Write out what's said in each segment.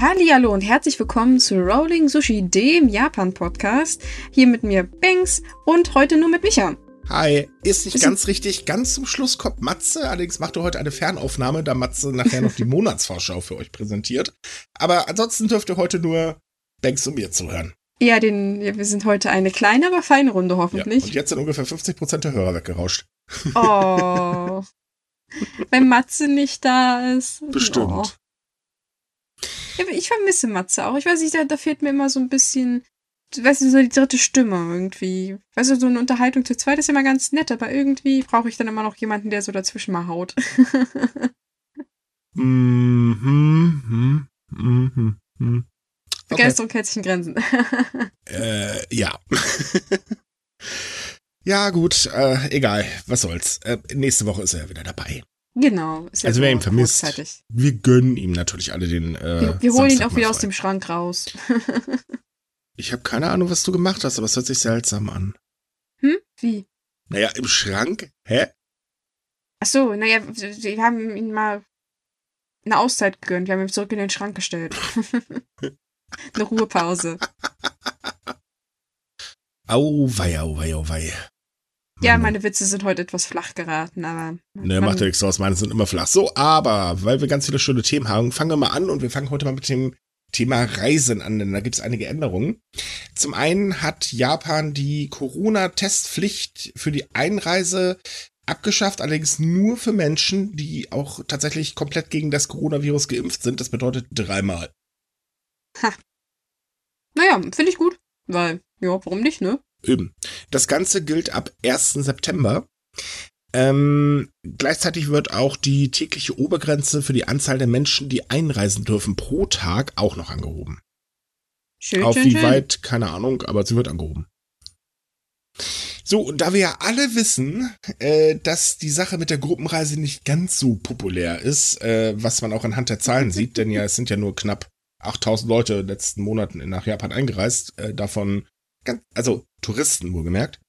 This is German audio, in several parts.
Hallihallo und herzlich willkommen zu Rolling Sushi, dem Japan-Podcast. Hier mit mir Banks und heute nur mit Micha. Hi, ist nicht ganz richtig. Ganz zum Schluss kommt Matze. Allerdings macht er heute eine Fernaufnahme, da Matze nachher noch die Monatsvorschau für euch präsentiert. Aber ansonsten dürft ihr heute nur Banks und mir zuhören. Ja, wir sind heute eine kleine, aber feine Runde hoffentlich. Ja, und jetzt sind ungefähr 50% der Hörer weggerauscht. Oh, wenn Matze nicht da ist. Bestimmt. Oh. Ja, ich vermisse Matze auch. Ich weiß nicht, da fehlt mir immer so ein bisschen, weißt du, so die dritte Stimme irgendwie. Weißt du, so eine Unterhaltung zu zweit ist immer ganz nett, aber irgendwie brauche ich dann immer noch jemanden, der so dazwischen mal haut. Begeisterung kennt sich in Grenzen. Ja. Ja, gut, egal, was soll's. Nächste Woche ist er ja wieder dabei. Genau. Ist also wer ihn vermisst, kurzzeitig. Wir gönnen ihm natürlich alle den wir holen ihn auch wieder aus dem Schrank raus. Ich habe keine Ahnung, was du gemacht hast, aber es hört sich seltsam an. Wie? Naja, im Schrank? Hä? Ach so, naja, wir haben ihn mal eine Auszeit gegönnt. Wir haben ihn zurück in den Schrank gestellt. Eine Ruhepause. Auweih, auweih, auweih. Ja, meine Witze sind heute etwas flach geraten, aber... Ne, macht ja nichts draus, meine sind immer flach. So, aber, weil wir ganz viele schöne Themen haben, fangen wir mal an und wir fangen heute mal mit dem Thema Reisen an, denn da gibt es einige Änderungen. Zum einen hat Japan die Corona-Testpflicht für die Einreise abgeschafft, allerdings nur für Menschen, die auch tatsächlich komplett gegen das Coronavirus geimpft sind. Das bedeutet 3-mal. Ha. Naja, finde ich gut, weil, ja, warum nicht, ne? Eben. Das Ganze gilt ab 1. September. Gleichzeitig wird auch die tägliche Obergrenze für die Anzahl der Menschen, die einreisen dürfen pro Tag, auch noch angehoben. Schön, Auf schön, wie schön. weit, keine Ahnung, aber sie wird angehoben. So, und da wir ja alle wissen, dass die Sache mit der Gruppenreise nicht ganz so populär ist, was man auch anhand der Zahlen sieht, denn ja, es sind ja nur knapp 8.000 Leute in den letzten Monaten nach Japan eingereist, davon also Touristen wohlgemerkt,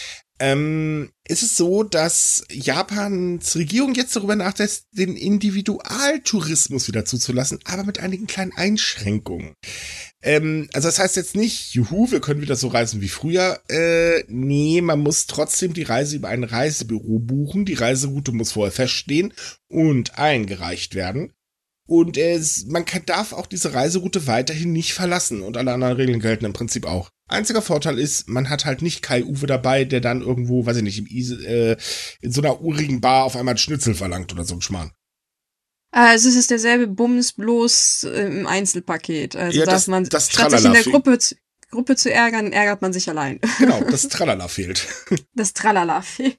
ist es so, dass Japans Regierung jetzt darüber nachdenkt, den Individualtourismus wieder zuzulassen, aber mit einigen kleinen Einschränkungen. Also das heißt jetzt nicht, juhu, wir können wieder so reisen wie früher. Nee, man muss trotzdem die Reise über ein Reisebüro buchen. Die Reiseroute muss vorher feststehen und eingereicht werden. Und darf auch diese Reiseroute weiterhin nicht verlassen und alle anderen Regeln gelten im Prinzip auch. Einziger Vorteil ist, man hat halt nicht Kai Uwe dabei, der dann irgendwo, weiß ich nicht, in so einer urigen Bar auf einmal einen Schnitzel verlangt oder so ein Schmarrn. Also es ist derselbe Bums, bloß im Einzelpaket. Also ja, dass man, das statt sich in der Gruppe zu ärgern, ärgert man sich allein. Genau, das Tralala fehlt. Das Tralala fehlt.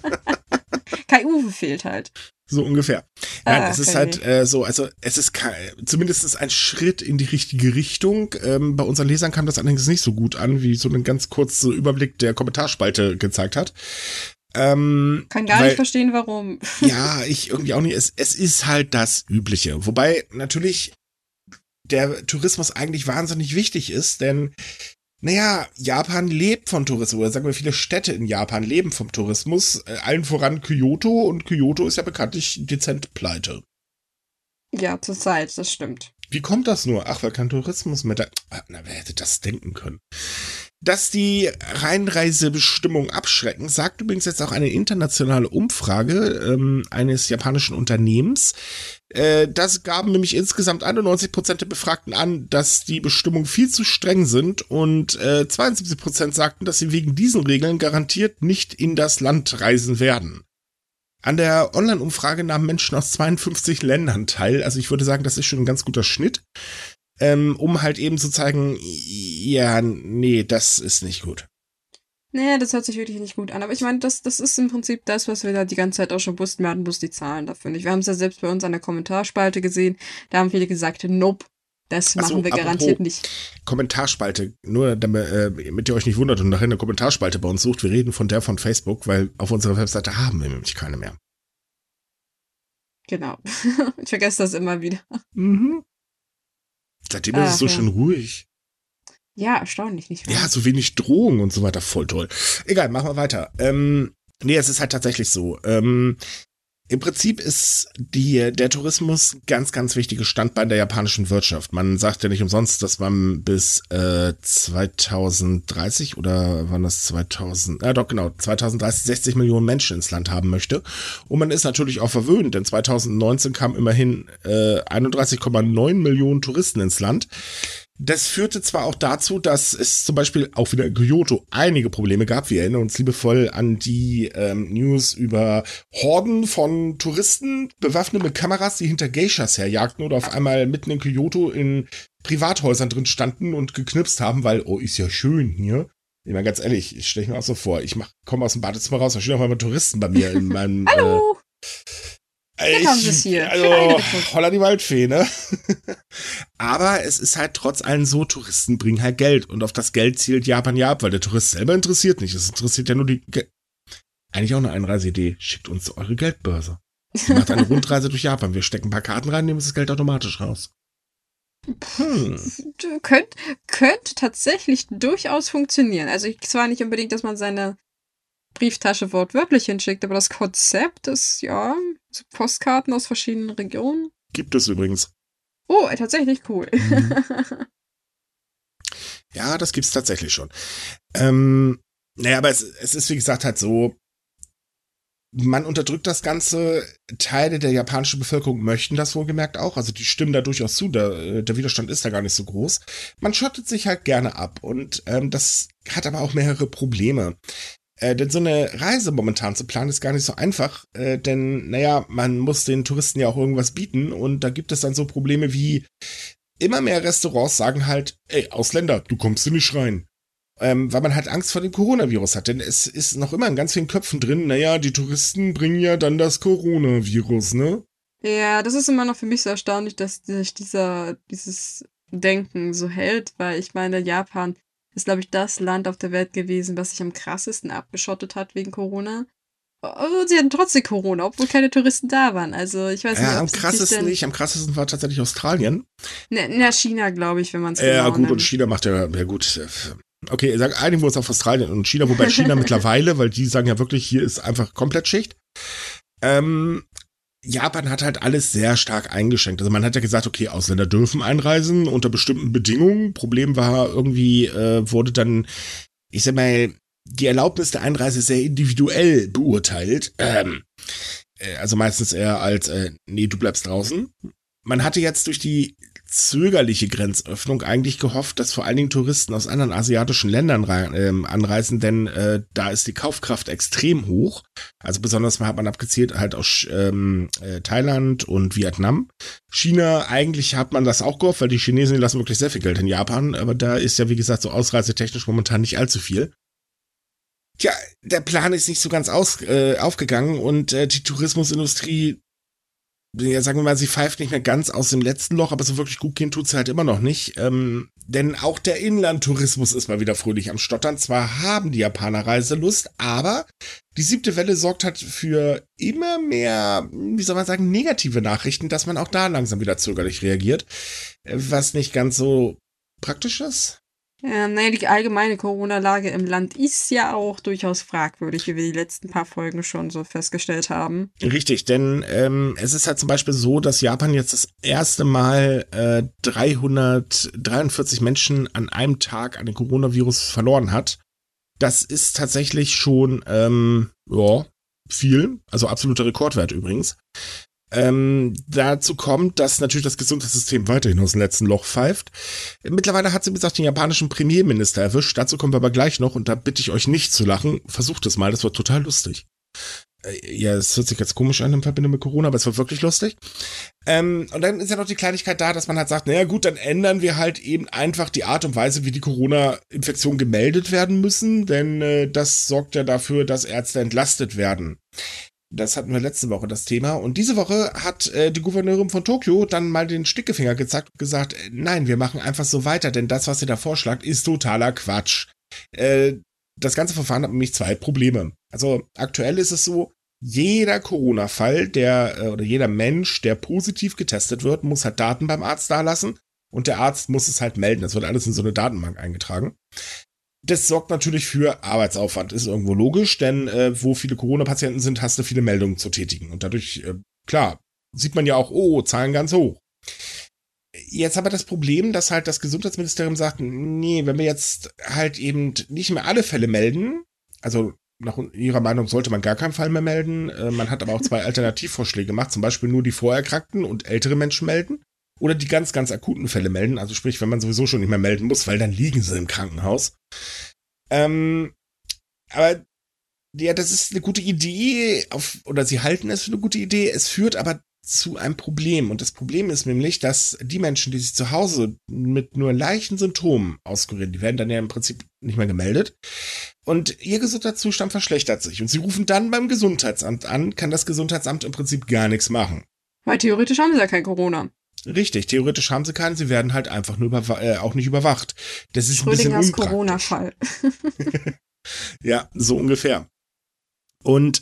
Kai Uwe fehlt halt. So ungefähr. Nein, es ist okay. halt so, also es ist zumindest ein Schritt in die richtige Richtung. Bei unseren Lesern kam das allerdings nicht so gut an, wie so ein ganz kurzer Überblick der Kommentarspalte gezeigt hat. Kann gar nicht verstehen, warum. Ja, ich irgendwie auch nicht. Es ist halt das Übliche. Wobei natürlich der Tourismus eigentlich wahnsinnig wichtig ist, denn naja, Japan lebt von Tourismus, oder sagen wir, viele Städte in Japan leben vom Tourismus, allen voran Kyoto, und Kyoto ist ja bekanntlich dezent pleite. Ja, zurzeit, das stimmt. Wie kommt das nur? Ach, weil kein Tourismus mehr da... Na, wer hätte das denken können? Dass die Einreisebestimmungen abschrecken, sagt übrigens jetzt auch eine internationale Umfrage eines japanischen Unternehmens. Das gaben nämlich insgesamt 91% der Befragten an, dass die Bestimmungen viel zu streng sind, und 72% sagten, dass sie wegen diesen Regeln garantiert nicht in das Land reisen werden. An der Online-Umfrage nahmen Menschen aus 52 Ländern teil, also ich würde sagen, das ist schon ein ganz guter Schnitt, um halt eben zu zeigen, ja, nee, das ist nicht gut. Nee, das hört sich wirklich nicht gut an. Aber ich meine, das ist im Prinzip das, was wir da die ganze Zeit auch schon wussten. Wir hatten bloß die Zahlen dafür nicht. Wir haben es ja selbst bei uns an der Kommentarspalte gesehen. Da haben viele gesagt, nope, das machen wir garantiert nicht. Kommentarspalte, nur damit ihr euch nicht wundert und nachher eine Kommentarspalte bei uns sucht. Wir reden von der von Facebook, weil auf unserer Webseite haben wir nämlich keine mehr. Genau. Ich vergesse das immer wieder. Mhm. Seitdem ist es so schön ruhig. Ja, erstaunlich, nicht wahr? Ja, so wenig Drohung und so weiter, voll toll. Egal, machen wir weiter. Nee, es ist halt tatsächlich so. Im Prinzip ist der Tourismus ein ganz, ganz wichtiges Standbein der japanischen Wirtschaft. Man sagt ja nicht umsonst, dass man bis 2030 oder wann das 2030 60 Millionen Menschen ins Land haben möchte. Und man ist natürlich auch verwöhnt, denn 2019 kamen immerhin 31,9 Millionen Touristen ins Land. Das führte zwar auch dazu, dass es zum Beispiel auch wieder in Kyoto einige Probleme gab. Wir erinnern uns liebevoll an die News über Horden von Touristen, bewaffnet mit Kameras, die hinter Geishas herjagten oder auf einmal mitten in Kyoto in Privathäusern drin standen und geknipst haben, weil, oh, ist ja schön hier. Ich meine, ganz ehrlich, ich stelle mir auch so vor, ich komme aus dem Badezimmer raus, da stehen auf einmal Touristen bei mir in meinem... Hallo! Haben sie es hier. Also, holla die Waldfee, ne? Aber es ist halt trotz allem so, Touristen bringen halt Geld. Und auf das Geld zielt Japan ja ab, weil der Tourist selber interessiert nicht. Es interessiert ja nur eigentlich auch eine Einreiseidee. Schickt uns eure Geldbörse. Macht eine Rundreise durch Japan. Wir stecken ein paar Karten rein, nehmen das Geld automatisch raus. Könnte tatsächlich durchaus funktionieren. Also zwar nicht unbedingt, dass man seine Brieftasche wortwörtlich hinschickt, aber das Konzept ist, ja, so Postkarten aus verschiedenen Regionen. Gibt es übrigens. Oh, tatsächlich cool. Ja, das gibt's tatsächlich schon. Naja, aber es ist, wie gesagt, halt so, man unterdrückt das Ganze. Teile der japanischen Bevölkerung möchten das wohlgemerkt auch. Also die stimmen da durchaus zu. Der Widerstand ist da gar nicht so groß. Man schottet sich halt gerne ab. Und das hat aber auch mehrere Probleme. Denn so eine Reise momentan zu planen ist gar nicht so einfach, denn, naja, man muss den Touristen ja auch irgendwas bieten und da gibt es dann so Probleme wie, immer mehr Restaurants sagen halt, ey, Ausländer, du kommst hier nicht rein. Weil man halt Angst vor dem Coronavirus hat, denn es ist noch immer in ganz vielen Köpfen drin, naja, die Touristen bringen ja dann das Coronavirus, ne? Ja, das ist immer noch für mich so erstaunlich, dass sich dieses Denken so hält, weil ich meine, Japan ist, glaube ich, das Land auf der Welt gewesen, was sich am krassesten abgeschottet hat wegen Corona. Und sie hatten trotzdem Corona, obwohl keine Touristen da waren. Also ich weiß nicht, am krassesten nicht. Am krassesten war tatsächlich Australien. Na, China, glaube ich, wenn man es genau Ja, gut, nennt. und China macht ja gut. Okay, einigen wir uns auf Australien und China, wobei China mittlerweile, weil die sagen ja wirklich, hier ist einfach komplett Schicht. Japan hat halt alles sehr stark eingeschränkt. Also man hat ja gesagt, okay, Ausländer dürfen einreisen unter bestimmten Bedingungen. Problem war irgendwie, wurde dann, ich sag mal, die Erlaubnis der Einreise sehr individuell beurteilt. Also meistens eher als, nee, du bleibst draußen. Man hatte jetzt durch die zögerliche Grenzöffnung eigentlich gehofft, dass vor allen Dingen Touristen aus anderen asiatischen Ländern anreisen, denn da ist die Kaufkraft extrem hoch. Also besonders hat man abgezählt halt aus Thailand und Vietnam. China, eigentlich hat man das auch gehofft, weil die Chinesen, die lassen wirklich sehr viel Geld in Japan, aber da ist ja, wie gesagt, so ausreisetechnisch momentan nicht allzu viel. Tja, der Plan ist nicht so ganz aufgegangen und die Tourismusindustrie, ja, sagen wir mal, sie pfeift nicht mehr ganz aus dem letzten Loch, aber so wirklich gut gehen tut's halt immer noch nicht. Denn auch der Inlandtourismus ist mal wieder fröhlich am Stottern. Zwar haben die Japaner Reiselust, aber die 7. Welle sorgt halt für immer mehr, wie soll man sagen, negative Nachrichten, dass man auch da langsam wieder zögerlich reagiert. Was nicht ganz so praktisch ist. Naja, die allgemeine Corona-Lage im Land ist ja auch durchaus fragwürdig, wie wir die letzten paar Folgen schon so festgestellt haben. Richtig, denn es ist halt zum Beispiel so, dass Japan jetzt das erste Mal 343 Menschen an einem Tag an den Coronavirus verloren hat. Das ist tatsächlich schon viel, also absoluter Rekordwert übrigens. Dazu kommt, dass natürlich das Gesundheitssystem weiterhin aus dem letzten Loch pfeift. Mittlerweile hat sie, wie gesagt, den japanischen Premierminister erwischt. Dazu kommen wir aber gleich noch und da bitte ich euch nicht zu lachen. Versucht es mal, das wird total lustig. Ja, es hört sich jetzt komisch an in Verbindung mit Corona, aber es wird wirklich lustig. Und dann ist ja noch die Kleinigkeit da, dass man halt sagt, naja gut, dann ändern wir halt eben einfach die Art und Weise, wie die Corona-Infektionen gemeldet werden müssen, denn das sorgt ja dafür, dass Ärzte entlastet werden. Das hatten wir letzte Woche, das Thema. Und diese Woche hat die Gouverneurin von Tokio dann mal den Stickefinger gezeigt und gesagt, nein, wir machen einfach so weiter, denn das, was ihr da vorschlagt, ist totaler Quatsch. Das ganze Verfahren hat nämlich 2 Probleme. Also aktuell ist es so, jeder Corona-Fall, oder jeder Mensch, der positiv getestet wird, muss halt Daten beim Arzt dalassen und der Arzt muss es halt melden. Das wird alles in so eine Datenbank eingetragen. Das sorgt natürlich für Arbeitsaufwand, ist irgendwo logisch, denn wo viele Corona-Patienten sind, hast du viele Meldungen zu tätigen. Und dadurch, klar, sieht man ja auch, oh, Zahlen ganz hoch. Jetzt aber das Problem, dass halt das Gesundheitsministerium sagt, nee, wenn wir jetzt halt eben nicht mehr alle Fälle melden, also nach ihrer Meinung sollte man gar keinen Fall mehr melden, man hat aber auch 2 Alternativvorschläge gemacht, zum Beispiel nur die Vorerkrankten und ältere Menschen melden oder die ganz, ganz akuten Fälle melden, also sprich, wenn man sowieso schon nicht mehr melden muss, weil dann liegen sie im Krankenhaus. Aber ja, das ist eine gute Idee, oder sie halten es für eine gute Idee, es führt aber zu einem Problem. Und das Problem ist nämlich, dass die Menschen, die sich zu Hause mit nur leichten Symptomen auskurieren, die werden dann ja im Prinzip nicht mehr gemeldet. Und ihr Gesundheitszustand verschlechtert sich. Und sie rufen dann beim Gesundheitsamt an, kann das Gesundheitsamt im Prinzip gar nichts machen. Weil theoretisch haben sie ja kein Corona. Richtig, theoretisch haben sie keinen, sie werden halt einfach nur auch nicht überwacht. Das ist ein bisschen unpraktisch. Corona-Fall. Ja, so ungefähr. Und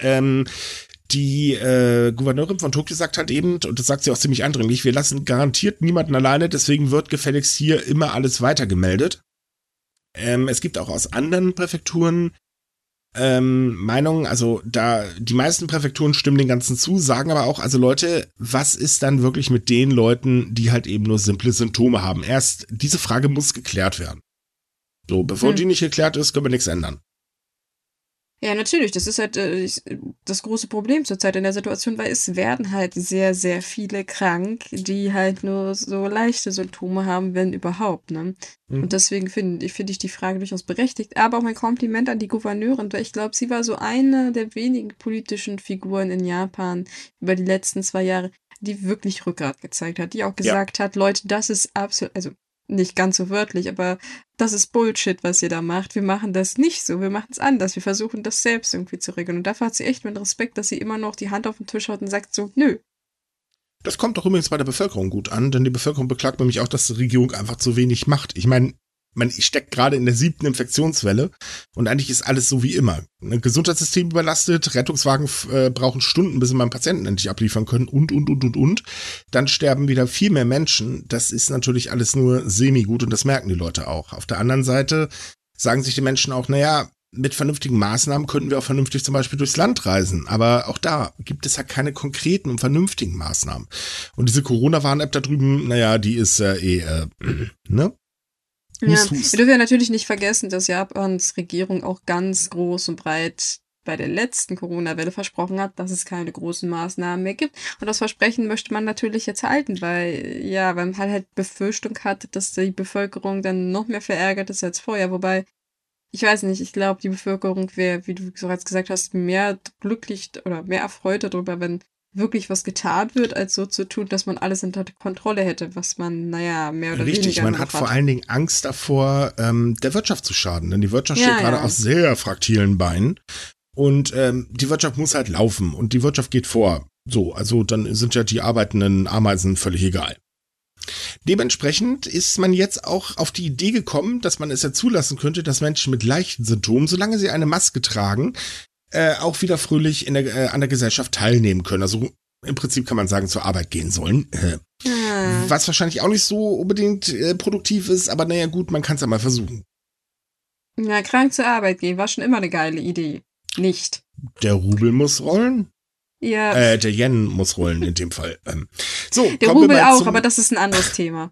die Gouverneurin von Tokio sagt halt eben, und das sagt sie auch ziemlich eindringlich, wir lassen garantiert niemanden alleine, deswegen wird gefälligst hier immer alles weitergemeldet. Es gibt auch aus anderen Präfekturen Meinungen, also da die meisten Präfekturen stimmen den Ganzen zu, sagen aber auch, also Leute, was ist dann wirklich mit den Leuten, die halt eben nur simple Symptome haben? Erst diese Frage muss geklärt werden. So, bevor die nicht geklärt ist, können wir nichts ändern. Ja, natürlich. Das ist halt das große Problem zurzeit in der Situation, weil es werden halt sehr, sehr viele krank, die halt nur so leichte Symptome haben, wenn überhaupt, ne? Und deswegen finde ich die Frage durchaus berechtigt. Aber auch mein Kompliment an die Gouverneurin, weil ich glaube, sie war so eine der wenigen politischen Figuren in Japan über die letzten 2 Jahre, die wirklich Rückgrat gezeigt hat, die auch gesagt hat, Leute, das ist absolut, also nicht ganz so wörtlich, aber das ist Bullshit, was ihr da macht. Wir machen das nicht so, wir machen es anders. Wir versuchen das selbst irgendwie zu regeln. Und dafür hat sie echt mit Respekt, dass sie immer noch die Hand auf den Tisch haut und sagt so, nö. Das kommt doch übrigens bei der Bevölkerung gut an, denn die Bevölkerung beklagt nämlich auch, dass die Regierung einfach zu wenig macht. Ich meine, man steckt gerade in der 7. Infektionswelle und eigentlich ist alles so wie immer. Ein Gesundheitssystem überlastet, Rettungswagen brauchen Stunden, bis sie mal einen Patienten endlich abliefern können und. Dann sterben wieder viel mehr Menschen. Das ist natürlich alles nur semi-gut und das merken die Leute auch. Auf der anderen Seite sagen sich die Menschen auch, naja, mit vernünftigen Maßnahmen könnten wir auch vernünftig zum Beispiel durchs Land reisen. Aber auch da gibt es ja keine konkreten und vernünftigen Maßnahmen. Und diese Corona-Warn-App da drüben, naja, die ist ne? Ja, wir dürfen ja natürlich nicht vergessen, dass Japans Regierung auch ganz groß und breit bei der letzten Corona-Welle versprochen hat, dass es keine großen Maßnahmen mehr gibt. Und das Versprechen möchte man natürlich jetzt halten, weil man halt Befürchtung hatte, dass die Bevölkerung dann noch mehr verärgert ist als vorher. Wobei, ich weiß nicht, ich glaube, die Bevölkerung wäre, wie du bereits gesagt hast, mehr glücklich oder mehr erfreut darüber, wenn wirklich was getan wird, als so zu tun, dass man alles unter Kontrolle hätte, was man, mehr oder weniger Richtig, man hat vor allen Dingen Angst davor, der Wirtschaft zu schaden, denn die Wirtschaft steht gerade auf sehr fraktilen Beinen und die Wirtschaft muss halt laufen und die Wirtschaft geht vor. So, also dann sind ja die arbeitenden Ameisen völlig egal. Dementsprechend ist man jetzt auch auf die Idee gekommen, dass man es ja zulassen könnte, dass Menschen mit leichten Symptomen, solange sie eine Maske tragen, auch wieder fröhlich an der Gesellschaft teilnehmen können. Also im Prinzip kann man sagen, zur Arbeit gehen sollen. Was wahrscheinlich auch nicht so unbedingt produktiv ist, aber naja gut, man kann es ja mal versuchen. Ja, krank zur Arbeit gehen war schon immer eine geile Idee. Nicht. Der Rubel muss rollen. Ja. Der Yen muss rollen in dem Fall. So, der Rubel auch, aber das ist ein anderes Thema.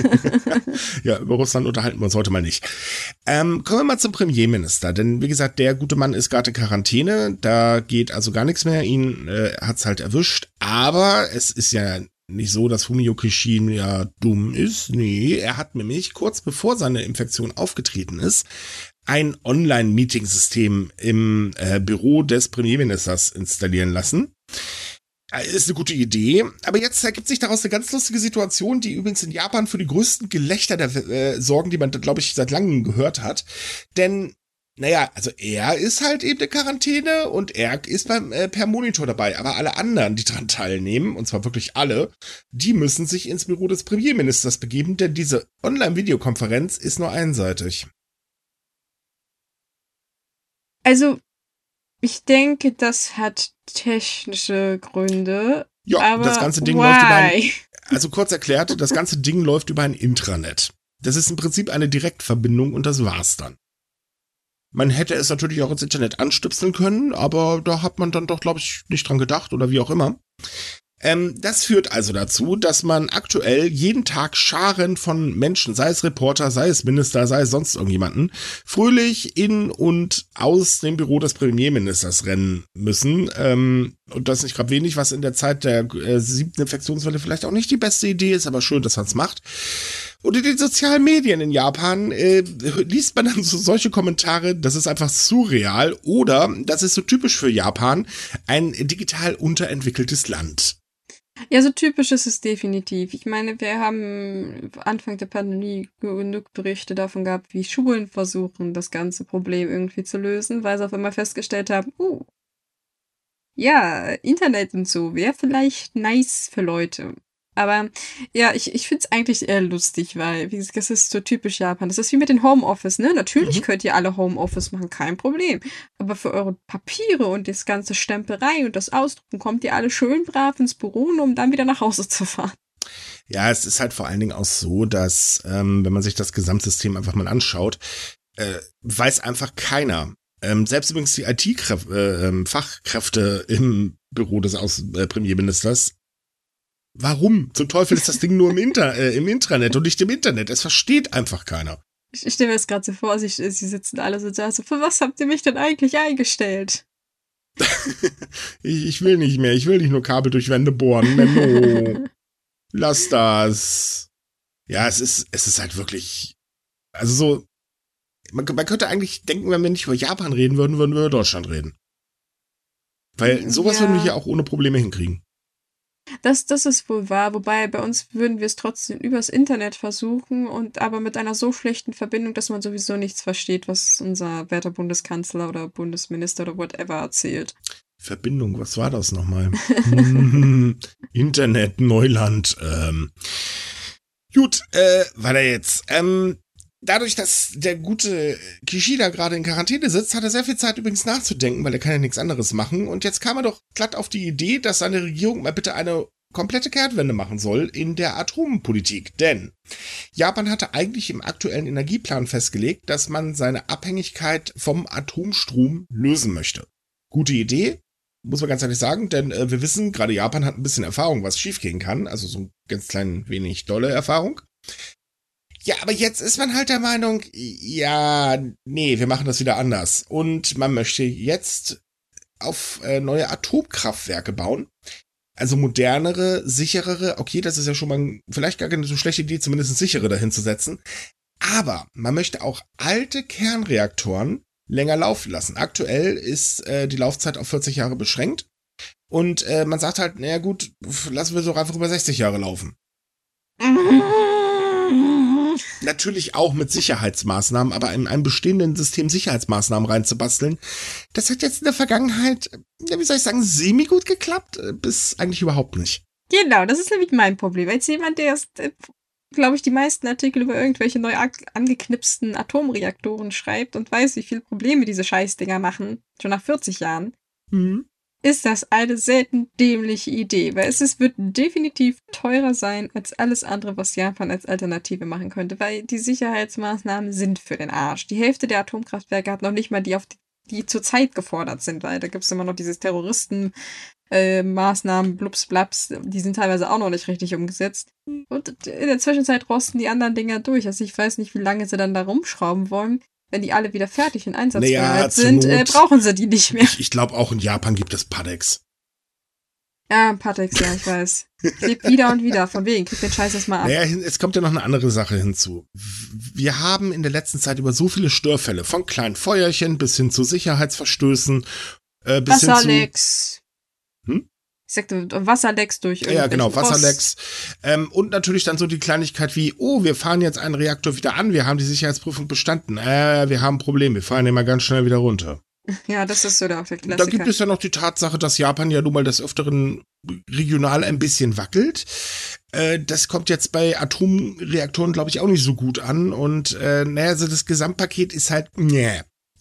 Ja, über Russland unterhalten wir uns heute mal nicht. Kommen wir mal zum Premierminister, denn wie gesagt, der gute Mann ist gerade in Quarantäne, da geht also gar nichts mehr, ihn hat's halt erwischt, aber es ist ja nicht so, dass Fumio Kishida dumm ist, nee, er hat nämlich kurz bevor seine Infektion aufgetreten ist, ein Online-Meeting-System im Büro des Premierministers installieren lassen. Ist eine gute Idee, aber jetzt ergibt sich daraus eine ganz lustige Situation, die übrigens in Japan für die größten Gelächter sorgen, die man, glaube ich, seit langem gehört hat. Denn, also er ist halt eben in Quarantäne und er ist per Monitor dabei, aber alle anderen, die daran teilnehmen, und zwar wirklich alle, die müssen sich ins Büro des Premierministers begeben, denn diese Online-Videokonferenz ist nur einseitig. Also, ich denke, das hat technische Gründe. Ja, aber das ganze Ding läuft also kurz erklärt, das ganze Ding läuft über ein Intranet. Das ist im Prinzip eine Direktverbindung und das war's dann. Man hätte es natürlich auch ins Internet anstöpseln können, aber da hat man dann doch, glaube ich, nicht dran gedacht oder wie auch immer. Das führt also dazu, dass man aktuell jeden Tag Scharen von Menschen, sei es Reporter, sei es Minister, sei es sonst irgendjemanden, fröhlich in und aus dem Büro des Premierministers rennen müssen. Und das ist nicht gerade wenig, was in der Zeit der 7. Infektionswelle vielleicht auch nicht die beste Idee ist, aber schön, dass man es macht. Und in den sozialen Medien in Japan liest man dann so solche Kommentare, das ist einfach surreal oder, das ist so typisch für Japan, ein digital unterentwickeltes Land. Ja, so typisch ist es definitiv. Ich meine, wir haben Anfang der Pandemie genug Berichte davon gehabt, wie Schulen versuchen, das ganze Problem irgendwie zu lösen, weil sie auf einmal festgestellt haben, ja, Internet und so wäre vielleicht nice für Leute. Aber ja, ich finde es eigentlich eher lustig, weil, wie gesagt, das ist so typisch Japan. Das ist wie mit den Homeoffice, ne? Natürlich könnt ihr alle Homeoffice machen, kein Problem. Aber für eure Papiere und das ganze Stempelei und das Ausdrucken kommt ihr alle schön brav ins Büro, um dann wieder nach Hause zu fahren. Ja, es ist halt vor allen Dingen auch so, dass, wenn man sich das Gesamtsystem einfach mal anschaut, weiß einfach keiner. Selbst übrigens die IT-Fachkräfte im Büro des Premierministers. Warum? Zum Teufel ist das Ding nur im Intranet und nicht im Internet. Es versteht einfach keiner. Ich stelle mir das gerade so vor, sie sitzen alle so da, so, für was habt ihr mich denn eigentlich eingestellt? Ich will nicht mehr. Ich will nicht nur Kabel durch Wände bohren. Menno. Lass das. Ja, es ist halt wirklich, also so, man könnte eigentlich denken, wenn wir nicht über Japan reden würden, würden wir über Deutschland reden. Weil sowas würden wir hier auch ohne Probleme hinkriegen. Das ist wohl wahr, wobei bei uns würden wir es trotzdem übers Internet versuchen und aber mit einer so schlechten Verbindung, dass man sowieso nichts versteht, was unser werter Bundeskanzler oder Bundesminister oder whatever erzählt. Verbindung, was war das nochmal? Internet, Neuland. Gut, weiter jetzt. Dadurch, dass der gute Kishida gerade in Quarantäne sitzt, hat er sehr viel Zeit übrigens nachzudenken, weil er kann ja nichts anderes machen. Und jetzt kam er doch glatt auf die Idee, dass seine Regierung mal bitte eine komplette Kehrtwende machen soll in der Atompolitik. Denn Japan hatte eigentlich im aktuellen Energieplan festgelegt, dass man seine Abhängigkeit vom Atomstrom lösen möchte. Gute Idee, muss man ganz ehrlich sagen, denn wir wissen, gerade Japan hat ein bisschen Erfahrung, was schiefgehen kann. Also so ein ganz klein wenig dolle Erfahrung. Ja, aber jetzt ist man halt der Meinung, ja, nee, wir machen das wieder anders. Und man möchte jetzt auf neue Atomkraftwerke bauen. Also modernere, sicherere, okay, das ist ja schon mal vielleicht gar keine so schlechte Idee, zumindest sichere dahin zu setzen. Aber man möchte auch alte Kernreaktoren länger laufen lassen. Aktuell ist die Laufzeit auf 40 Jahre beschränkt. Und man sagt halt, naja gut, lassen wir so einfach über 60 Jahre laufen. Natürlich auch mit Sicherheitsmaßnahmen, aber in einem bestehenden System Sicherheitsmaßnahmen reinzubasteln, das hat jetzt in der Vergangenheit, ja, wie soll ich sagen, semi-gut geklappt, bis eigentlich überhaupt nicht. Genau, das ist nämlich mein Problem. Als jemand, der erst, glaube ich, die meisten Artikel über irgendwelche neu angeknipsten Atomreaktoren schreibt und weiß, wie viele Probleme diese Scheißdinger machen, schon nach 40 Jahren, ist das eine selten dämliche Idee, weil es wird definitiv teurer sein als alles andere, was Japan als Alternative machen könnte, weil die Sicherheitsmaßnahmen sind für den Arsch. Die Hälfte der Atomkraftwerke hat noch nicht mal die zurzeit gefordert sind, weil da gibt es immer noch dieses Terroristen-Maßnahmen, Blups, Blaps, die sind teilweise auch noch nicht richtig umgesetzt. Und in der Zwischenzeit rosten die anderen Dinger durch. Also ich weiß nicht, wie lange sie dann da rumschrauben wollen. Wenn die alle wieder fertig und einsatzbereit sind, brauchen sie die nicht mehr. Ich glaube, auch in Japan gibt es Padex. Ja, Patex, ja, ich weiß. Lebt wieder und wieder. Von wegen, krieg den Scheiß erstmal ab. Naja, es kommt ja noch eine andere Sache hinzu. Wir haben in der letzten Zeit über so viele Störfälle, von kleinen Feuerchen bis hin zu Sicherheitsverstößen, bis Wasserlecks. Hm? Ich sagte, Wasserlecks durch Ja, genau, Wasserlecks. Und natürlich dann so die Kleinigkeit wie, oh, wir fahren jetzt einen Reaktor wieder an, wir haben die Sicherheitsprüfung bestanden. Wir haben ein Problem, wir fahren den mal ganz schnell wieder runter. Ja, das ist so auch der Klassiker. Da gibt es ja noch die Tatsache, dass Japan ja nun mal des Öfteren regional ein bisschen wackelt. Das kommt jetzt bei Atomreaktoren, glaube ich, auch nicht so gut an. Und also das Gesamtpaket ist halt, nee. Aber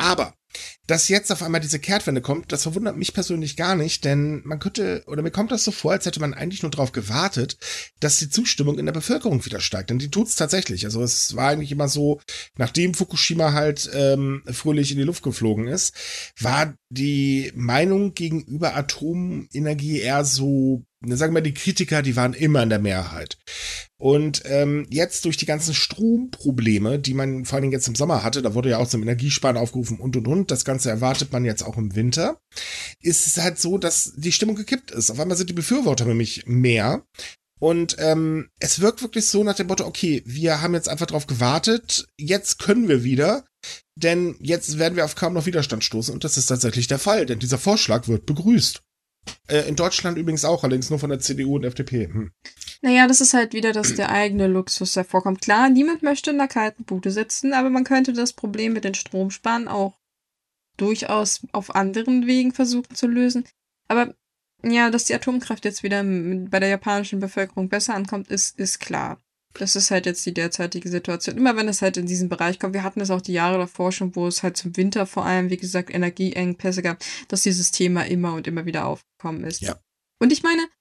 Dass jetzt auf einmal diese Kehrtwende kommt, das verwundert mich persönlich gar nicht, denn mir kommt das so vor, als hätte man eigentlich nur darauf gewartet, dass die Zustimmung in der Bevölkerung wieder steigt. Denn die tut's tatsächlich. Also es war eigentlich immer so, nachdem Fukushima halt fröhlich in die Luft geflogen ist, war die Meinung gegenüber Atomenergie eher so, sagen wir, die Kritiker, die waren immer in der Mehrheit. Und jetzt durch die ganzen Stromprobleme, die man vor allen Dingen jetzt im Sommer hatte, da wurde ja auch zum Energiesparen aufgerufen und, das Ganze erwartet man jetzt auch im Winter, ist es halt so, dass die Stimmung gekippt ist. Auf einmal sind die Befürworter nämlich mehr. Und es wirkt wirklich so nach dem Motto, okay, wir haben jetzt einfach drauf gewartet, jetzt können wir wieder, denn jetzt werden wir auf kaum noch Widerstand stoßen. Und das ist tatsächlich der Fall, denn dieser Vorschlag wird begrüßt. In Deutschland übrigens auch, allerdings nur von der CDU und FDP. Naja, das ist halt wieder, dass der eigene Luxus hervorkommt. Klar, niemand möchte in der kalten Bude sitzen, aber man könnte das Problem mit den Stromsparen auch durchaus auf anderen Wegen versuchen zu lösen. Aber ja, dass die Atomkraft jetzt wieder bei der japanischen Bevölkerung besser ankommt, ist klar. Das ist halt jetzt die derzeitige Situation. Immer wenn es halt in diesen Bereich kommt, wir hatten es auch die Jahre davor schon, wo es halt zum Winter vor allem, wie gesagt, Energieengpässe gab, dass dieses Thema immer und immer wieder aufgekommen ist. Ja. Und ich meine,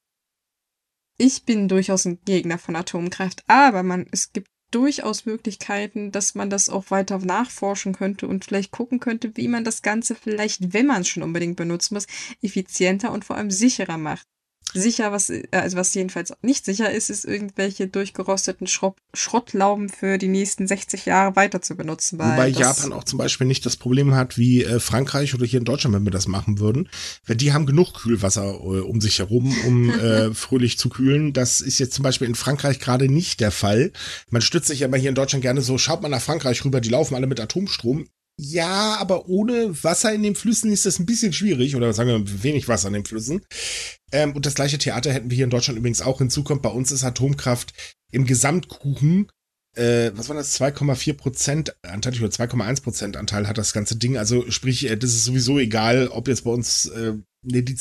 ich bin durchaus ein Gegner von Atomkraft, aber es gibt durchaus Möglichkeiten, dass man das auch weiter nachforschen könnte und vielleicht gucken könnte, wie man das Ganze vielleicht, wenn man es schon unbedingt benutzen muss, effizienter und vor allem sicherer macht. Sicher, was jedenfalls nicht sicher ist, ist irgendwelche durchgerosteten Schrottlauben für die nächsten 60 Jahre weiter zu benutzen. Wobei Japan auch zum Beispiel nicht das Problem hat wie Frankreich oder hier in Deutschland, wenn wir das machen würden. Weil die haben genug Kühlwasser um sich herum, um fröhlich zu kühlen. Das ist jetzt zum Beispiel in Frankreich gerade nicht der Fall. Man stützt sich aber hier in Deutschland gerne so, schaut mal nach Frankreich rüber, die laufen alle mit Atomstrom. Ja, aber ohne Wasser in den Flüssen ist das ein bisschen schwierig, oder sagen wir wenig Wasser in den Flüssen. Und das gleiche Theater hätten wir hier in Deutschland übrigens auch. Hinzu kommt, bei uns ist Atomkraft im Gesamtkuchen, was war das, 2,4% Anteil oder 2,1% Anteil hat das ganze Ding. Also sprich, das ist sowieso egal, ob jetzt bei uns die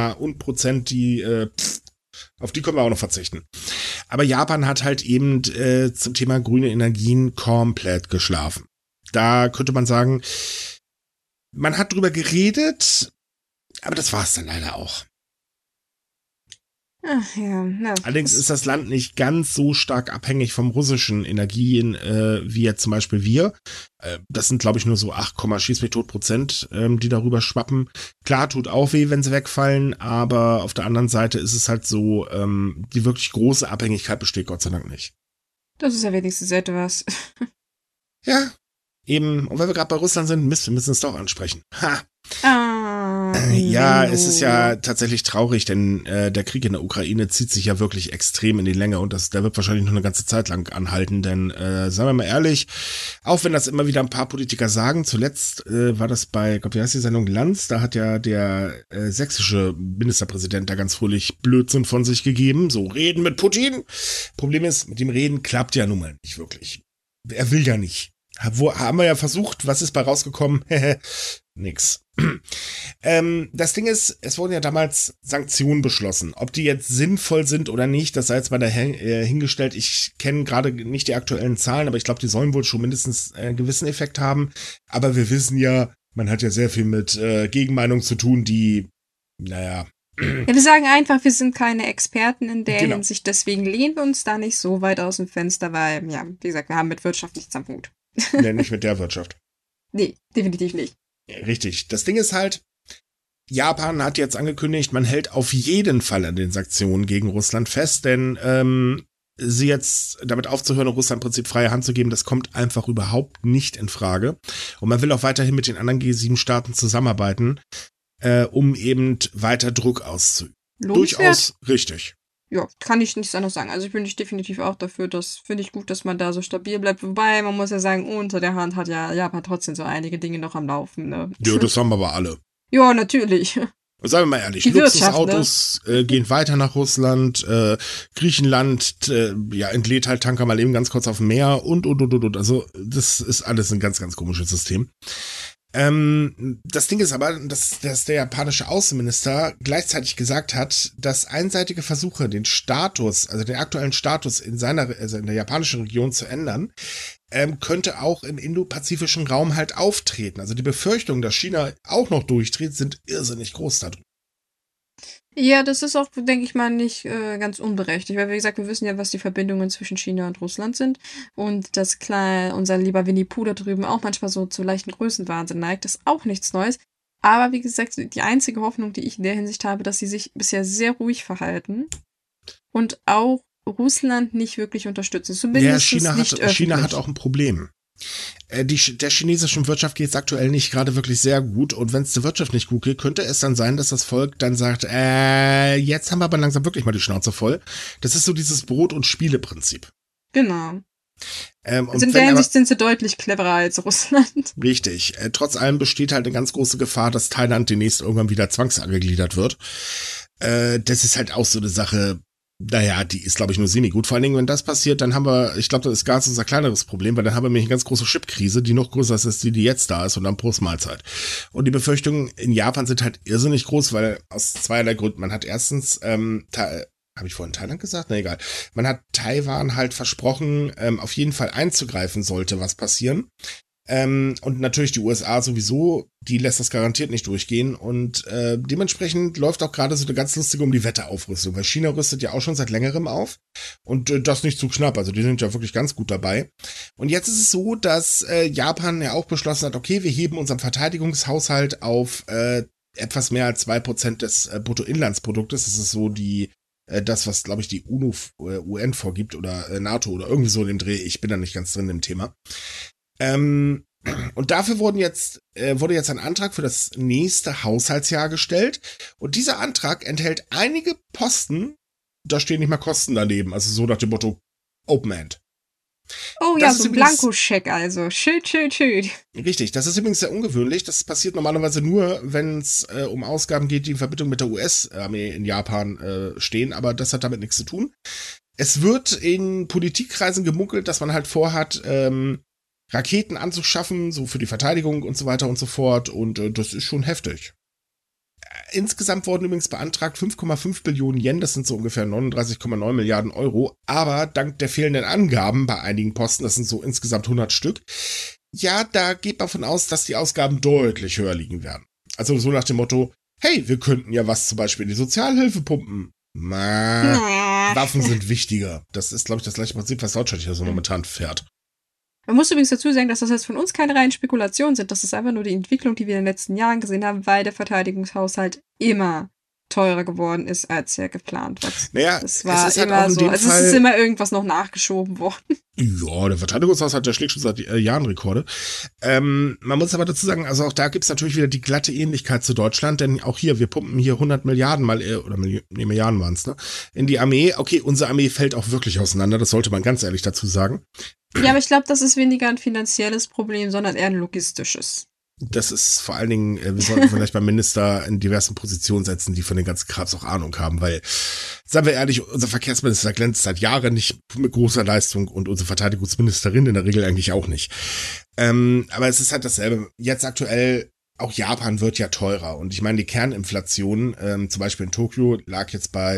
2,1%, auf die können wir auch noch verzichten. Aber Japan hat halt eben zum Thema grüne Energien komplett geschlafen. Da könnte man sagen, man hat drüber geredet, aber das war es dann leider auch. Ach ja. Allerdings ist das Land nicht ganz so stark abhängig vom russischen Energien wie jetzt zum Beispiel wir. Das sind, glaube ich, nur so 8,schieß-mich-tot%, die darüber schwappen. Klar, tut auch weh, wenn sie wegfallen, aber auf der anderen Seite ist es halt so, die wirklich große Abhängigkeit besteht Gott sei Dank nicht. Das ist ja wenigstens etwas. Ja. Eben, und weil wir gerade bei Russland sind, wir müssen es doch ansprechen. Ha! Ja, es ist ja tatsächlich traurig, denn der Krieg in der Ukraine zieht sich ja wirklich extrem in die Länge und der wird wahrscheinlich noch eine ganze Zeit lang anhalten, denn sagen wir mal ehrlich, auch wenn das immer wieder ein paar Politiker sagen, zuletzt war das bei, wie heißt die Sendung, Lanz, da hat ja der sächsische Ministerpräsident da ganz fröhlich Blödsinn von sich gegeben, so reden mit Putin. Problem ist, mit dem Reden klappt ja nun mal nicht wirklich. Er will ja nicht. Haben wir ja versucht, was ist bei rausgekommen? Nix. Das Ding ist, es wurden ja damals Sanktionen beschlossen. Ob die jetzt sinnvoll sind oder nicht, das sei jetzt mal dahingestellt. Ich kenne gerade nicht die aktuellen Zahlen, aber ich glaube, die sollen wohl schon mindestens einen gewissen Effekt haben. Aber wir wissen ja, man hat ja sehr viel mit Gegenmeinungen zu tun, die, naja. Ja, wir sagen einfach, wir sind keine Experten in der Genau. Hinsicht, deswegen lehnen wir uns da nicht so weit aus dem Fenster, weil, ja, wie gesagt, wir haben mit Wirtschaft nichts am Hut. Nee, nicht mit der Wirtschaft. Nee, definitiv nicht. Richtig. Das Ding ist halt, Japan hat jetzt angekündigt, man hält auf jeden Fall an den Sanktionen gegen Russland fest, denn sie jetzt damit aufzuhören, Russland im Prinzip freie Hand zu geben, das kommt einfach überhaupt nicht in Frage. Und man will auch weiterhin mit den anderen G7-Staaten zusammenarbeiten, um eben weiter Druck auszuüben. Durchaus richtig. Ja, kann ich nichts anderes sagen. Also ich bin definitiv auch dafür, das finde ich gut, dass man da so stabil bleibt. Wobei, man muss ja sagen, unter der Hand hat ja Japan trotzdem so einige Dinge noch am Laufen. Ne? Ja, das haben wir aber alle. Ja, natürlich. Sagen wir mal ehrlich, Die Luxusautos gehen weiter nach Russland, Griechenland entlädt halt Tanker mal eben ganz kurz auf dem Meer und. Also das ist alles ein ganz, ganz komisches System. Das Ding ist aber, dass der japanische Außenminister gleichzeitig gesagt hat, dass einseitige Versuche, den aktuellen Status in der japanischen Region zu ändern, könnte auch im indopazifischen Raum halt auftreten. Also die Befürchtungen, dass China auch noch durchdreht, sind irrsinnig groß da drin. Ja, das ist auch, denke ich mal, nicht ganz unberechtigt, weil wie gesagt, wir wissen ja, was die Verbindungen zwischen China und Russland sind und dass klar unser lieber Winnie Pooh da drüben auch manchmal so zu leichten Größenwahnsinn neigt, ist auch nichts Neues. Aber wie gesagt, die einzige Hoffnung, die ich in der Hinsicht habe, dass sie sich bisher sehr ruhig verhalten und auch Russland nicht wirklich unterstützen. Zumindest Ja, nicht öffentlich. China hat auch ein Problem. Der chinesischen Wirtschaft geht es aktuell nicht gerade wirklich sehr gut. Und wenn es der Wirtschaft nicht gut geht, könnte es dann sein, dass das Volk dann sagt, jetzt haben wir aber langsam wirklich mal die Schnauze voll. Das ist so dieses Brot- und Spiele-Prinzip. Genau. Und Also in der Hinsicht sind sie deutlich cleverer als Russland. Richtig. Trotz allem besteht halt eine ganz große Gefahr, dass Thailand demnächst irgendwann wieder zwangsangegliedert wird. Das ist halt auch so eine Sache, naja, die ist, glaube ich, nur semi-gut. Vor allen Dingen, wenn das passiert, dann haben wir, ich glaube, das ist ganz unser kleineres Problem, weil dann haben wir nämlich eine ganz große Chip-Krise, die noch größer ist als die jetzt da ist und dann Postmahlzeit. Und die Befürchtungen in Japan sind halt irrsinnig groß, weil aus zweierlei Gründen. Man hat erstens, habe ich vorhin Thailand gesagt? Na egal. Man hat Taiwan halt versprochen, auf jeden Fall einzugreifen sollte, was passieren. Und natürlich die USA sowieso, die lässt das garantiert nicht durchgehen und dementsprechend läuft auch gerade so eine ganz lustige Um-die-Wette-Aufrüstung, weil China rüstet ja auch schon seit längerem auf und das nicht zu knapp, also die sind ja wirklich ganz gut dabei. Und jetzt ist es so, dass Japan ja auch beschlossen hat, okay, wir heben unseren Verteidigungshaushalt auf etwas mehr als 2% des Bruttoinlandsproduktes, das ist so das, was, glaube ich, die UN vorgibt oder NATO oder irgendwie so in dem Dreh, ich bin da nicht ganz drin im Thema. Und dafür wurde jetzt ein Antrag für das nächste Haushaltsjahr gestellt. Und dieser Antrag enthält einige Posten, da stehen nicht mal Kosten daneben, also so nach dem Motto Open End. Oh ja, so ein Blankoscheck also. Schön. Richtig, das ist übrigens sehr ungewöhnlich. Das passiert normalerweise nur, wenn es um Ausgaben geht, die in Verbindung mit der US-Armee in Japan stehen, aber das hat damit nichts zu tun. Es wird in Politikkreisen gemunkelt, dass man halt vorhat, Raketen anzuschaffen, so für die Verteidigung und so weiter und so fort. Und das ist schon heftig. Insgesamt wurden übrigens beantragt 5,5 Billionen Yen, das sind so ungefähr 39,9 Milliarden Euro. Aber dank der fehlenden Angaben bei einigen Posten, das sind so insgesamt 100 Stück, ja, da geht man von aus, dass die Ausgaben deutlich höher liegen werden. Also so nach dem Motto, hey, wir könnten ja was zum Beispiel in die Sozialhilfe pumpen. Waffen sind wichtiger. Das ist, glaube ich, das gleiche Prinzip, was Deutschland hier so momentan fährt. Man muss übrigens dazu sagen, dass das jetzt von uns keine reinen Spekulationen sind. Das ist einfach nur die Entwicklung, die wir in den letzten Jahren gesehen haben, weil der Verteidigungshaushalt immer teurer geworden ist, als er geplant war. Naja, das war es ist immer halt auch in so. dem Also Fall, es ist immer irgendwas noch nachgeschoben worden. Ja, der Verteidigungshaushalt, der schlägt schon seit Jahren Rekorde. Man muss aber dazu sagen, also auch da gibt's natürlich wieder die glatte Ähnlichkeit zu Deutschland, denn auch hier, wir pumpen hier 100 Milliarden Milliarden waren's, ne, in die Armee. Okay, unsere Armee fällt auch wirklich auseinander, das sollte man ganz ehrlich dazu sagen. Ja, aber ich glaube, das ist weniger ein finanzielles Problem, sondern eher ein logistisches. Das ist vor allen Dingen, wir sollten vielleicht beim Minister in diversen Positionen setzen, die von den ganzen Krams auch Ahnung haben, weil, seien wir ehrlich, unser Verkehrsminister glänzt seit Jahren nicht mit großer Leistung und unsere Verteidigungsministerin in der Regel eigentlich auch nicht. Aber es ist halt dasselbe. Jetzt aktuell, auch Japan wird ja teurer und ich meine, die Kerninflation, zum Beispiel in Tokio, lag jetzt bei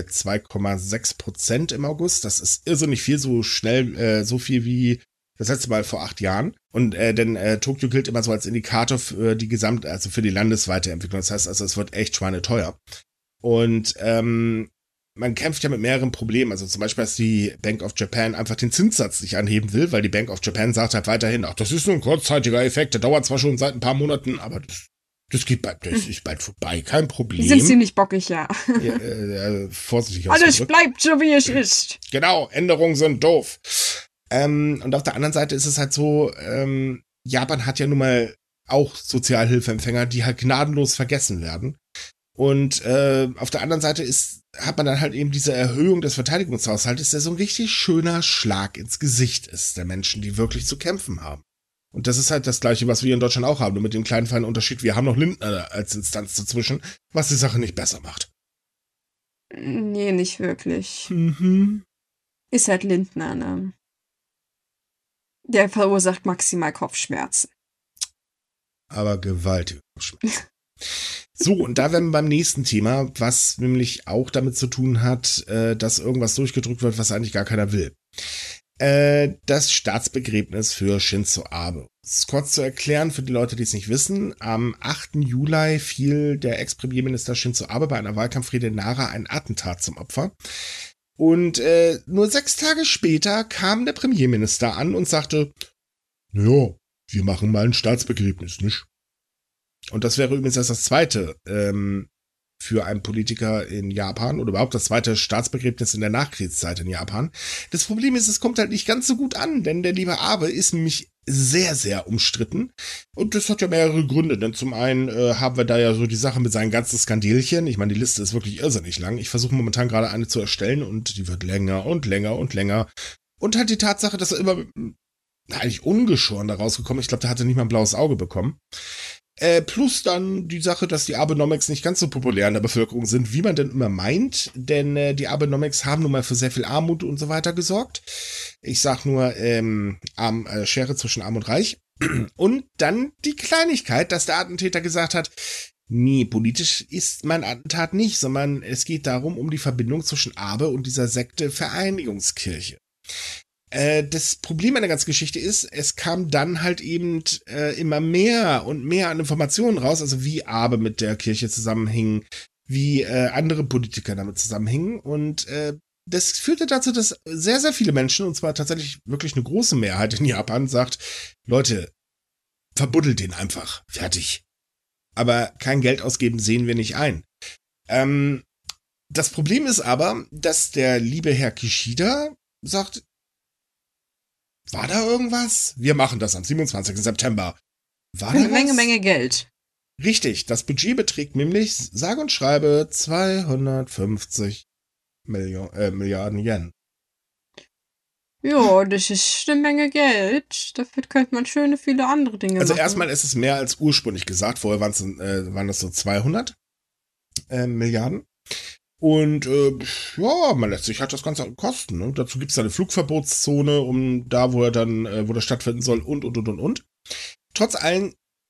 2,6% im August. Das ist irrsinnig viel, so schnell, so viel wie das letzte Mal vor 8 Jahren. Und denn Tokio gilt immer so als Indikator für die also für die landesweite Entwicklung. Das heißt also, es wird echt schweineteuer. Und man kämpft ja mit mehreren Problemen. Also zum Beispiel, dass die Bank of Japan einfach den Zinssatz nicht anheben will, weil die Bank of Japan sagt halt weiterhin, ach, das ist nur ein kurzzeitiger Effekt, der dauert zwar schon seit ein paar Monaten, aber das ist bald vorbei, kein Problem. Die sind ziemlich bockig, ja. Vorsichtig Alles bleibt so, wie es ist. Genau, Änderungen sind doof. Und auf der anderen Seite ist es halt so, Japan hat ja nun mal auch Sozialhilfeempfänger, die halt gnadenlos vergessen werden. Und auf der anderen Seite hat man dann halt eben diese Erhöhung des Verteidigungshaushaltes, der so ein richtig schöner Schlag ins Gesicht ist der Menschen, die wirklich zu kämpfen haben. Und das ist halt das Gleiche, was wir in Deutschland auch haben, nur mit dem kleinen feinen Unterschied, wir haben noch Lindner als Instanz dazwischen, was die Sache nicht besser macht. Nee, nicht wirklich. Mhm. Ist halt Lindner, ne? Der verursacht maximal Kopfschmerzen. Aber gewaltige Kopfschmerzen. So, und da wären wir beim nächsten Thema, was nämlich auch damit zu tun hat, dass irgendwas durchgedrückt wird, was eigentlich gar keiner will. Das Staatsbegräbnis für Shinzo Abe. Das ist kurz zu erklären für die Leute, die es nicht wissen. Am 8. Juli fiel der Ex-Premierminister Shinzo Abe bei einer Wahlkampfrede in Nara ein Attentat zum Opfer. Und nur 6 Tage später kam der Premierminister an und sagte, naja, wir machen mal ein Staatsbegräbnis, nicht? Und das wäre übrigens erst das zweite für einen Politiker in Japan oder überhaupt das zweite Staatsbegräbnis in der Nachkriegszeit in Japan. Das Problem ist, es kommt halt nicht ganz so gut an, denn der liebe Abe ist nämlich sehr, sehr umstritten. Und das hat ja mehrere Gründe, denn zum einen haben wir da ja so die Sache mit seinen ganzen Skandelchen. Ich meine, die Liste ist wirklich irrsinnig lang. Ich versuche momentan gerade eine zu erstellen und die wird länger und länger und länger. Und halt die Tatsache, dass er immer eigentlich ungeschoren da rausgekommen ist. Ich glaube, der hatte nicht mal ein blaues Auge bekommen. Plus dann die Sache, dass die Abenomics nicht ganz so populär in der Bevölkerung sind, wie man denn immer meint, denn die Abenomics haben nun mal für sehr viel Armut und so weiter gesorgt. Ich sag nur Schere zwischen Arm und Reich. Und dann die Kleinigkeit, dass der Attentäter gesagt hat, nee, politisch ist mein Attentat nicht, sondern es geht darum, um die Verbindung zwischen Abe und dieser Sekte Vereinigungskirche. Das Problem an der ganzen Geschichte ist, es kam dann halt eben immer mehr und mehr an Informationen raus, also wie Abe mit der Kirche zusammenhing, wie andere Politiker damit zusammenhingen und das führte dazu, dass sehr, sehr viele Menschen, und zwar tatsächlich wirklich eine große Mehrheit in Japan, sagt, Leute, verbuddelt den einfach, fertig. Aber kein Geld ausgeben sehen wir nicht ein. Das Problem ist aber, dass der liebe Herr Kishida sagt, war da irgendwas? Wir machen das am 27. September. War da Eine was? Menge Geld. Richtig, das Budget beträgt nämlich, sage und schreibe, 250 Milliarden Yen. Ja, das ist eine Menge Geld. Dafür könnte man schöne viele andere Dinge Also machen. erstmal ist es mehr als ursprünglich gesagt. Vorher waren das so 200 Milliarden. Und ja, man lässt sich halt das Ganze kosten. Ne? Dazu gibt es eine Flugverbotszone, um da, wo das stattfinden soll und. Trotz allem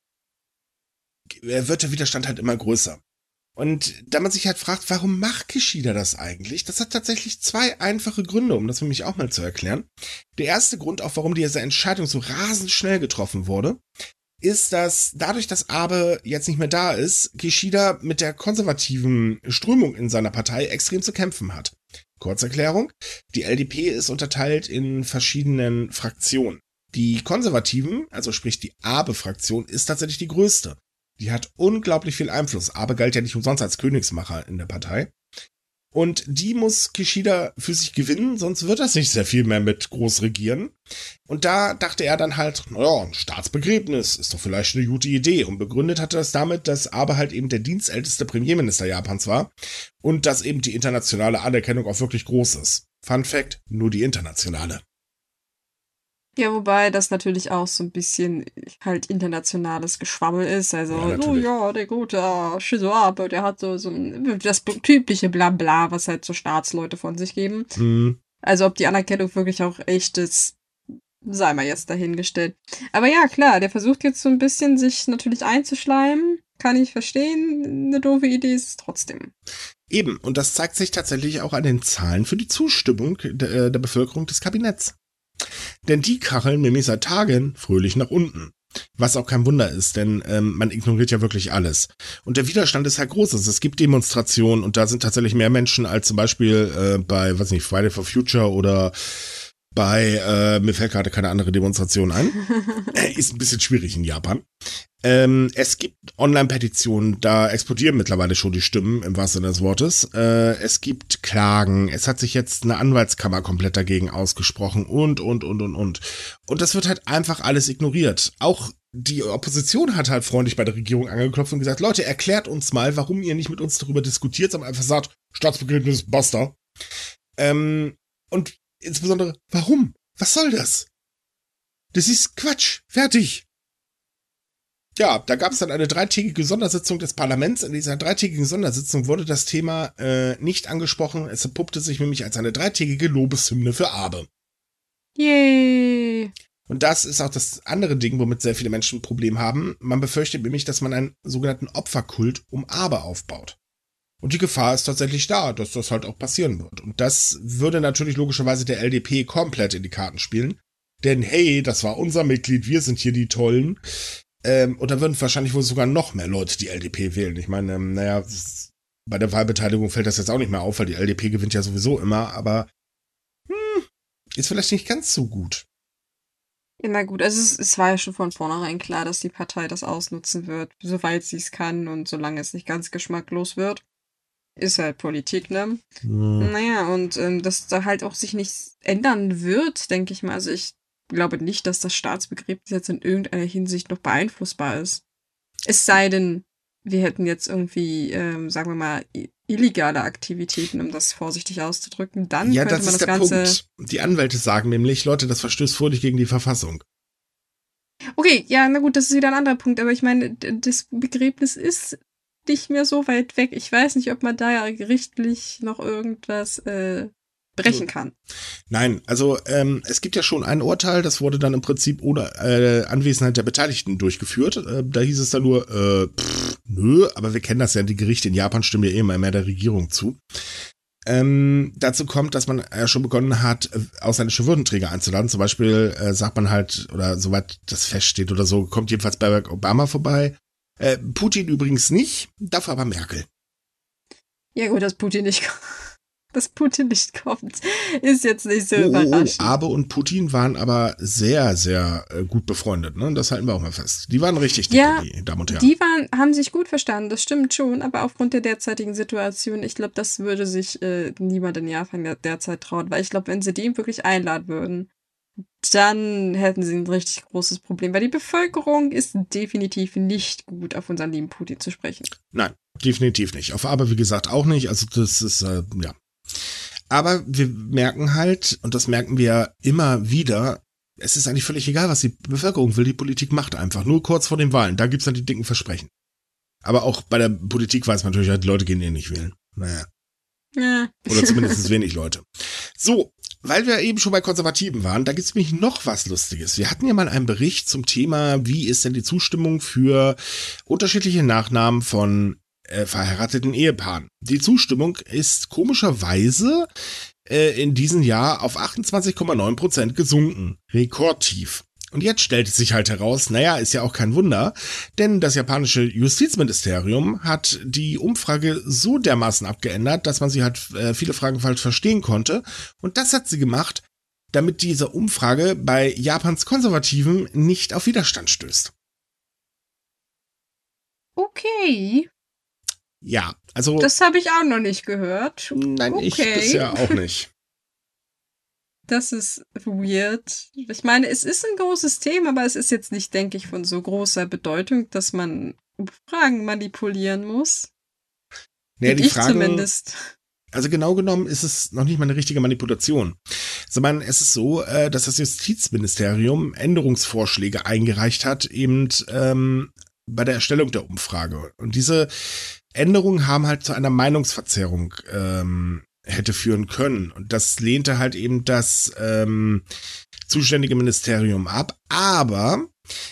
wird der Widerstand halt immer größer. Und da man sich halt fragt, warum macht Kishida das eigentlich? Das hat tatsächlich 2 einfache Gründe, um das für mich auch mal zu erklären. Der erste Grund, auch warum diese Entscheidung so rasend schnell getroffen wurde, ist, dass dadurch, dass Abe jetzt nicht mehr da ist, Kishida mit der konservativen Strömung in seiner Partei extrem zu kämpfen hat. Kurzerklärung, die LDP ist unterteilt in verschiedenen Fraktionen. Die Konservativen, also sprich die Abe-Fraktion, ist tatsächlich die größte. Die hat unglaublich viel Einfluss. Abe galt ja nicht umsonst als Königsmacher in der Partei. Und die muss Kishida für sich gewinnen, sonst wird das nicht sehr viel mehr mit groß regieren. Und da dachte er dann halt, naja, ein Staatsbegräbnis ist doch vielleicht eine gute Idee. Und begründet hatte das damit, dass Abe halt eben der dienstälteste Premierminister Japans war und dass eben die internationale Anerkennung auch wirklich groß ist. Fun Fact, nur die internationale. Ja, wobei das natürlich auch so ein bisschen halt internationales Geschwabbel ist. Also, Ja, oh natürlich. ja, der gute Shinzo Abe, der hat so das typische Blabla, was halt so Staatsleute von sich geben. Also, ob die Anerkennung wirklich auch echt ist, sei mal jetzt dahingestellt. Aber ja, klar, der versucht jetzt so ein bisschen, sich natürlich einzuschleimen. Kann ich verstehen. Eine doofe Idee ist es trotzdem. Eben, und das zeigt sich tatsächlich auch an den Zahlen für die Zustimmung der Bevölkerung des Kabinetts. Denn die kacheln nämlich seit Tagen fröhlich nach unten. Was auch kein Wunder ist, denn man ignoriert ja wirklich alles. Und der Widerstand ist halt groß. Also es gibt Demonstrationen und da sind tatsächlich mehr Menschen als zum Beispiel bei, weiß nicht, Friday for Future oder bei, mir fällt gerade keine andere Demonstration ein. Ist ein bisschen schwierig in Japan. Es gibt Online-Petitionen, da explodieren mittlerweile schon die Stimmen, im wahrsten Sinne des Wortes. Es gibt Klagen, es hat sich jetzt eine Anwaltskammer komplett dagegen ausgesprochen und. Und das wird halt einfach alles ignoriert. Auch die Opposition hat halt freundlich bei der Regierung angeklopft und gesagt, Leute, erklärt uns mal, warum ihr nicht mit uns darüber diskutiert, sondern einfach sagt, Staatsbegräbnis, basta. Und insbesondere, warum? Was soll das? Das ist Quatsch. Fertig. Ja, da gab es dann eine 3-tägige Sondersitzung des Parlaments. In dieser 3-tägigen Sondersitzung wurde das Thema nicht angesprochen. Es entpuppte sich nämlich als eine 3-tägige Lobeshymne für Abe. Yay! Und das ist auch das andere Ding, womit sehr viele Menschen ein Problem haben. Man befürchtet nämlich, dass man einen sogenannten Opferkult um Abe aufbaut. Und die Gefahr ist tatsächlich da, dass das halt auch passieren wird. Und das würde natürlich logischerweise der LDP komplett in die Karten spielen. Denn hey, das war unser Mitglied, wir sind hier die Tollen. Und da würden wahrscheinlich wohl sogar noch mehr Leute die LDP wählen. Ich meine, bei der Wahlbeteiligung fällt das jetzt auch nicht mehr auf, weil die LDP gewinnt ja sowieso immer, aber ist vielleicht nicht ganz so gut. Ja, na gut, also es war ja schon von vornherein klar, dass die Partei das ausnutzen wird, soweit sie es kann und solange es nicht ganz geschmacklos wird. Ist halt Politik, ne? Naja, und dass da halt auch sich nichts ändern wird, denke ich mal. Also ich glaube nicht, dass das Staatsbegräbnis jetzt in irgendeiner Hinsicht noch beeinflussbar ist. Es sei denn, wir hätten jetzt irgendwie, sagen wir mal, illegale Aktivitäten, um das vorsichtig auszudrücken. Dann Ja, könnte das man ist das der Ganze. Punkt. Die Anwälte sagen nämlich, Leute, das verstößt völlig gegen die Verfassung. Okay, ja, na gut, das ist wieder ein anderer Punkt, aber ich meine, das Begräbnis ist nicht mehr so weit weg. Ich weiß nicht, ob man da ja gerichtlich noch irgendwas brechen kann. Nein, also es gibt ja schon ein Urteil, das wurde dann im Prinzip ohne Anwesenheit der Beteiligten durchgeführt. Da hieß es dann nur, nö, aber wir kennen das ja, die Gerichte in Japan stimmen ja eh immer mehr der Regierung zu. Dazu kommt, dass man schon begonnen hat, ausländische Würdenträger einzuladen. Zum Beispiel sagt man halt, oder soweit das feststeht oder so, kommt jedenfalls Barack Obama vorbei. Putin übrigens nicht, dafür aber Merkel. Ja gut, dass Putin nicht kommt, ist jetzt nicht so überraschend. Abe und Putin waren aber sehr, sehr gut befreundet, ne? Das halten wir auch mal fest. Die waren richtig dicke, Ja, die Damen und Herren. die haben sich gut verstanden, das stimmt schon, aber aufgrund der derzeitigen Situation, ich glaube, das würde sich niemand in Japan derzeit trauen, weil ich glaube, wenn sie den wirklich einladen würden, dann hätten sie ein richtig großes Problem, weil die Bevölkerung ist definitiv nicht gut auf unseren lieben Putin zu sprechen. Nein, definitiv nicht. Auf Abe, wie gesagt, auch nicht. Also das ist, ja. Aber wir merken halt, und das merken wir immer wieder, es ist eigentlich völlig egal, was die Bevölkerung will. Die Politik macht einfach. Nur kurz vor den Wahlen. Da gibt's dann die dicken Versprechen. Aber auch bei der Politik weiß man natürlich, die Leute gehen eh nicht wählen. Naja. Ja. Oder zumindest wenig Leute. So, weil wir eben schon bei Konservativen waren, da gibt's nämlich noch was Lustiges. Wir hatten ja mal einen Bericht zum Thema, wie ist denn die Zustimmung für unterschiedliche Nachnamen von verheirateten Ehepaaren. Die Zustimmung ist komischerweise in diesem Jahr auf 28,9% gesunken. Rekordtief. Und jetzt stellt es sich halt heraus, naja, ist ja auch kein Wunder, denn das japanische Justizministerium hat die Umfrage so dermaßen abgeändert, dass man sie halt viele Fragen falsch verstehen konnte. Und das hat sie gemacht, damit diese Umfrage bei Japans Konservativen nicht auf Widerstand stößt. Okay. Ja, also... Das habe ich auch noch nicht gehört. Nein, okay. Ich bisher auch nicht. Das ist weird. Ich meine, es ist ein großes Thema, aber es ist jetzt nicht, denke ich, von so großer Bedeutung, dass man Umfragen manipulieren muss. Naja, die Fragen, zumindest. Also genau genommen ist es noch nicht mal eine richtige Manipulation. Sondern es ist so, dass das Justizministerium Änderungsvorschläge eingereicht hat, eben bei der Erstellung der Umfrage. Und diese Änderungen haben halt zu einer Meinungsverzerrung hätte führen können. Und das lehnte halt eben das zuständige Ministerium ab. Aber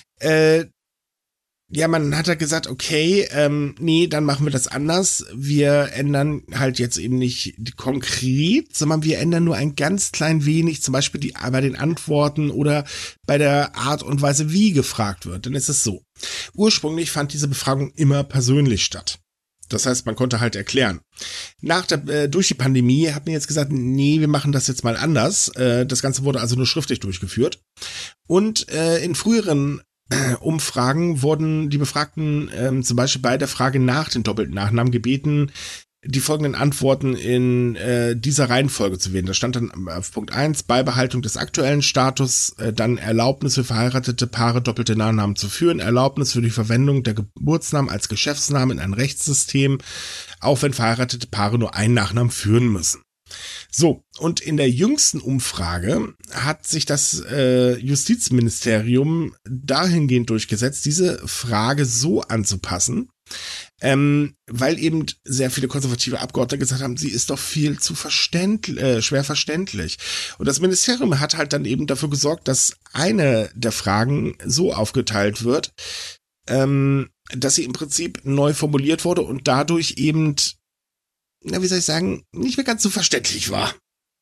ja, man hat halt gesagt, okay, nee, dann machen wir das anders. Wir ändern halt jetzt eben nicht konkret, sondern wir ändern nur ein ganz klein wenig, zum Beispiel bei den Antworten oder bei der Art und Weise, wie gefragt wird. Denn es ist so, ursprünglich fand diese Befragung immer persönlich statt. Das heißt, man konnte halt erklären. Durch die Pandemie hat man jetzt gesagt, nee, wir machen das jetzt mal anders. Das Ganze wurde also nur schriftlich durchgeführt. Und in früheren Umfragen wurden die Befragten zum Beispiel bei der Frage nach den doppelten Nachnamen gebeten, die folgenden Antworten in dieser Reihenfolge zu wählen. Da stand dann auf Punkt 1 Beibehaltung des aktuellen Status, dann Erlaubnis für verheiratete Paare doppelte Nachnamen zu führen, Erlaubnis für die Verwendung der Geburtsnamen als Geschäftsnamen in ein Rechtssystem, auch wenn verheiratete Paare nur einen Nachnamen führen müssen. So, und in der jüngsten Umfrage hat sich das Justizministerium dahingehend durchgesetzt, diese Frage so anzupassen, weil eben sehr viele konservative Abgeordnete gesagt haben, sie ist doch viel zu schwer verständlich. Und das Ministerium hat halt dann eben dafür gesorgt, dass eine der Fragen so aufgeteilt wird, dass sie im Prinzip neu formuliert wurde und dadurch eben wie soll ich sagen, nicht mehr ganz so verständlich war.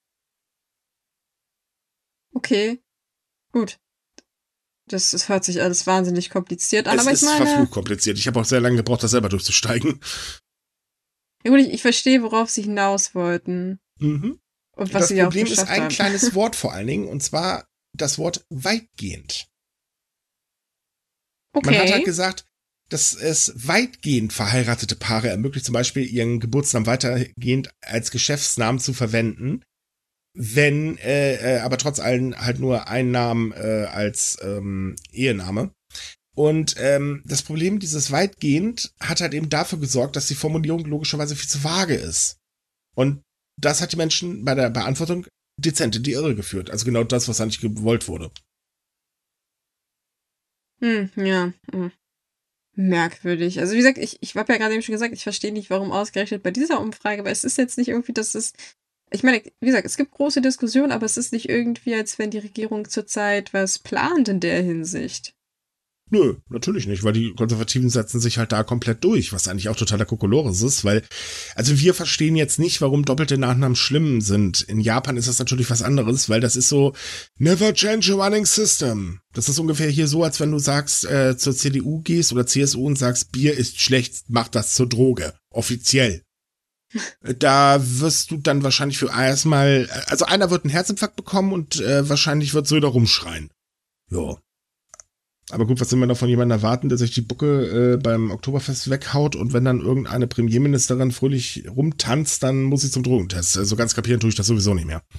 Okay, gut. Das hört sich alles wahnsinnig kompliziert an, Es aber ich ist meine, verflucht kompliziert. Ich habe auch sehr lange gebraucht, das selber durchzusteigen. ja gut, ich verstehe, worauf sie hinaus wollten Mhm. und was Das sie ja auch Problem ist geschafft ein haben. kleines Wort vor allen Dingen, und zwar das Wort weitgehend. Man hat halt Okay. gesagt, dass es weitgehend verheiratete Paare ermöglicht, zum Beispiel ihren Geburtsnamen weitergehend als Geschäftsnamen zu verwenden, wenn aber trotz allem halt nur einen Namen als Ehename. Und das Problem dieses weitgehend hat halt eben dafür gesorgt, dass die Formulierung logischerweise viel zu vage ist. Und das hat die Menschen bei der Beantwortung dezent in die Irre geführt. Also genau das, was eigentlich gewollt wurde. Ja. Merkwürdig. Also wie gesagt, ich habe ja gerade eben schon gesagt, ich verstehe nicht, warum ausgerechnet bei dieser Umfrage, weil es ist jetzt nicht irgendwie, dass es. Ich meine, wie gesagt, es gibt große Diskussionen, aber es ist nicht irgendwie, als wenn die Regierung zurzeit was plant in der Hinsicht. Nö, natürlich nicht, weil die Konservativen setzen sich halt da komplett durch, was eigentlich auch totaler Kokolores ist, weil, also wir verstehen jetzt nicht, warum doppelte Nachnamen schlimm sind. In Japan ist das natürlich was anderes, weil das ist so, never change a running system. Das ist ungefähr hier so, als wenn du sagst, zur CDU gehst oder CSU und sagst, Bier ist schlecht, mach das zur Droge. Offiziell. Da wirst du dann wahrscheinlich für erstmal, also einer wird einen Herzinfarkt bekommen und wahrscheinlich wird so wieder rumschreien. Ja. Aber gut, was will man da von jemandem erwarten, der sich die Bucke beim Oktoberfest weghaut und wenn dann irgendeine Premierministerin fröhlich rumtanzt, dann muss sie zum Drogentest. Also ganz kapieren tue ich das sowieso nicht mehr.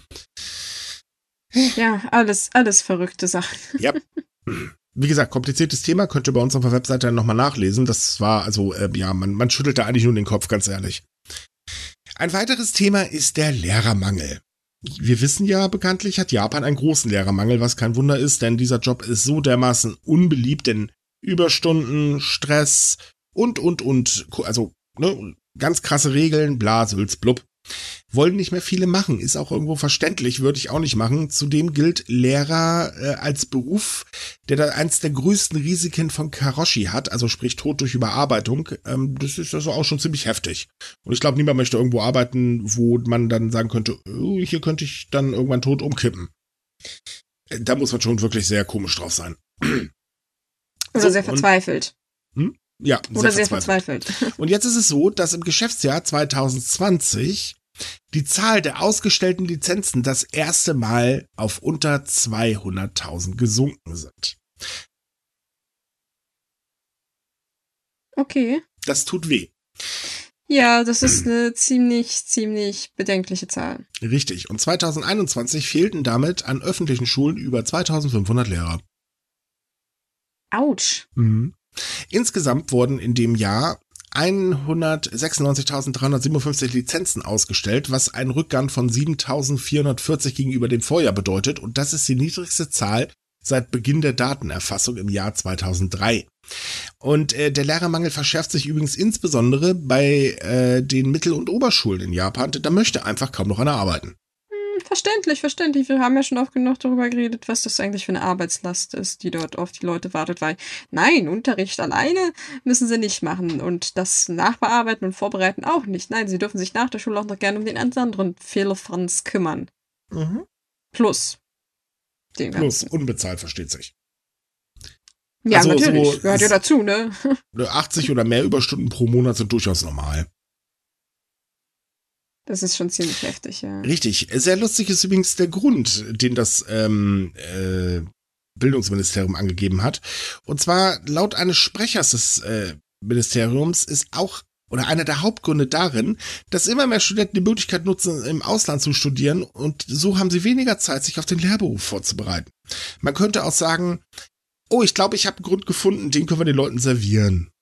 Ja, alles verrückte Sachen. Ja. Wie gesagt, kompliziertes Thema, könnt ihr bei uns auf der Webseite dann nochmal nachlesen. Das war, also, ja, man schüttelt da eigentlich nur den Kopf, ganz ehrlich. Ein weiteres Thema ist der Lehrermangel. Wir wissen ja, bekanntlich hat Japan einen großen Lehrermangel, was kein Wunder ist, denn dieser Job ist so dermaßen unbeliebt, denn Überstunden, Stress und, also, ne, ganz krasse Regeln, bla, sülz, blub. Wollen nicht mehr viele machen, ist auch irgendwo verständlich, würde ich auch nicht machen. Zudem gilt Lehrer als Beruf, der da eins der größten Risiken von Karoshi hat, also sprich Tod durch Überarbeitung. Das ist also auch schon ziemlich heftig. Und ich glaube, niemand möchte irgendwo arbeiten, wo man dann sagen könnte, oh, hier könnte ich dann irgendwann tot umkippen. Da muss man schon wirklich sehr komisch drauf sein. Oder sehr verzweifelt. Ja, oder sehr verzweifelt. Und jetzt ist es so, dass im Geschäftsjahr 2020 die Zahl der ausgestellten Lizenzen das erste Mal auf unter 200.000 gesunken sind. Okay. Das tut weh. Ja, das ist eine ziemlich bedenkliche Zahl. Richtig. Und 2021 fehlten damit an öffentlichen Schulen über 2500 Lehrer. Autsch. Mhm. Insgesamt wurden in dem Jahr 196.357 Lizenzen ausgestellt, was einen Rückgang von 7.440 gegenüber dem Vorjahr bedeutet. Und das ist die niedrigste Zahl seit Beginn der Datenerfassung im Jahr 2003. Und der Lehrermangel verschärft sich übrigens insbesondere bei den Mittel- und Oberschulen in Japan. Da möchte einfach kaum noch einer arbeiten. Verständlich. Wir haben ja schon oft genug darüber geredet, was das eigentlich für eine Arbeitslast ist, die dort auf die Leute wartet, weil nein, Unterricht alleine müssen sie nicht machen und das Nachbearbeiten und Vorbereiten auch nicht. Nein, sie dürfen sich nach der Schule auch noch gerne um den anderen Firlefanz kümmern. Mhm. Plus den ganzen. Unbezahlt, versteht sich. Ja, also natürlich. So gehört ja dazu, ne? 80 oder mehr Überstunden pro Monat sind durchaus normal. Das ist schon ziemlich heftig, ja. Richtig. Sehr lustig ist übrigens der Grund, den das Bildungsministerium angegeben hat. Und zwar laut eines Sprechers des Ministeriums ist auch oder einer der Hauptgründe darin, dass immer mehr Studenten die Möglichkeit nutzen, im Ausland zu studieren und so haben sie weniger Zeit, sich auf den Lehrberuf vorzubereiten. Man könnte auch sagen, oh, ich glaube, ich habe einen Grund gefunden, den können wir den Leuten servieren.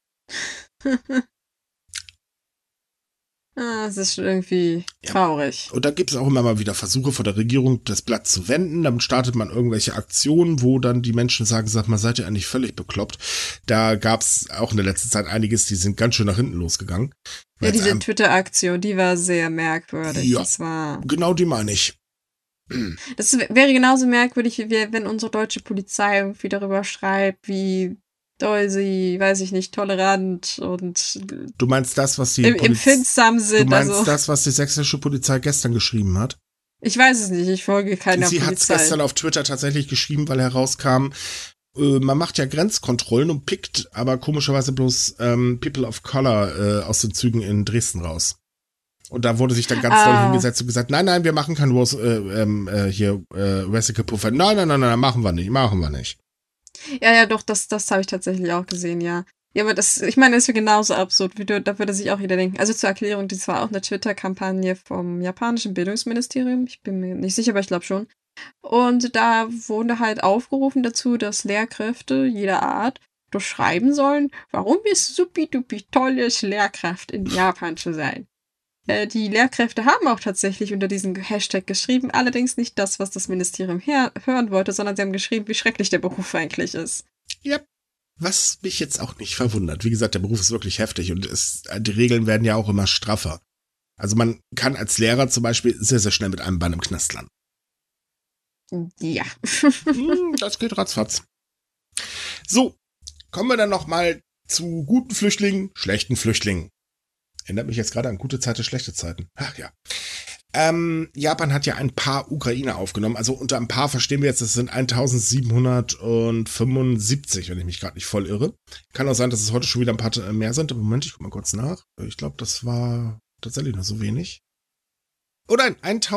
Das ist schon irgendwie traurig. Ja. Und da gibt es auch immer mal wieder Versuche von der Regierung, das Blatt zu wenden. Dann startet man irgendwelche Aktionen, wo dann die Menschen sagen, sag mal, seid ihr eigentlich völlig bekloppt? Da gab es auch in der letzten Zeit einiges, die sind ganz schön nach hinten losgegangen. Ja, diese Twitter-Aktion, die war sehr merkwürdig. Ja, das war genau die meine ich. Das wäre genauso merkwürdig, wie wenn unsere deutsche Polizei irgendwie darüber schreibt, wie sie, weiß ich nicht, tolerant und Du meinst das, was die empfindsam sind. das, was die sächsische Polizei gestern geschrieben hat? Ich weiß es nicht, ich folge keiner Sie Polizei. hat es gestern auf Twitter tatsächlich geschrieben, weil herauskam, man macht ja Grenzkontrollen und pickt aber komischerweise bloß People of Color aus den Zügen in Dresden raus. Und da wurde sich dann ganz doll hingesetzt und gesagt, nein, wir machen kein Resical Puffer. Nein, machen wir nicht. Ja, doch, das habe ich tatsächlich auch gesehen, ja. Ja, aber ich meine, das ist ja genauso absurd, da würde sich auch jeder denken. Also zur Erklärung, das war auch eine Twitter-Kampagne vom japanischen Bildungsministerium. Ich bin mir nicht sicher, aber ich glaube schon. Und da wurde halt aufgerufen dazu, dass Lehrkräfte jeder Art beschreiben sollen, warum es supi-dupi toll ist, Lehrkraft in Japan zu sein. Die Lehrkräfte haben auch tatsächlich unter diesem Hashtag geschrieben, allerdings nicht das, was das Ministerium hören wollte, sondern sie haben geschrieben, wie schrecklich der Beruf eigentlich ist. Ja, was mich jetzt auch nicht verwundert. Wie gesagt, der Beruf ist wirklich heftig und die Regeln werden ja auch immer straffer. Also man kann als Lehrer zum Beispiel sehr, sehr schnell mit einem Bein im Knast landen. Ja. Das geht ratzfatz. So, kommen wir dann nochmal zu guten Flüchtlingen, schlechten Flüchtlingen. Erinnert mich jetzt gerade an gute Zeiten, schlechte Zeiten. Ach ja. Japan hat ja ein paar Ukrainer aufgenommen. Also unter ein paar verstehen wir jetzt, das sind 1775, wenn ich mich gerade nicht voll irre. Kann auch sein, dass es heute schon wieder ein paar mehr sind. Aber Moment, ich guck mal kurz nach. Ich glaube, das war tatsächlich noch so wenig. Oh nein,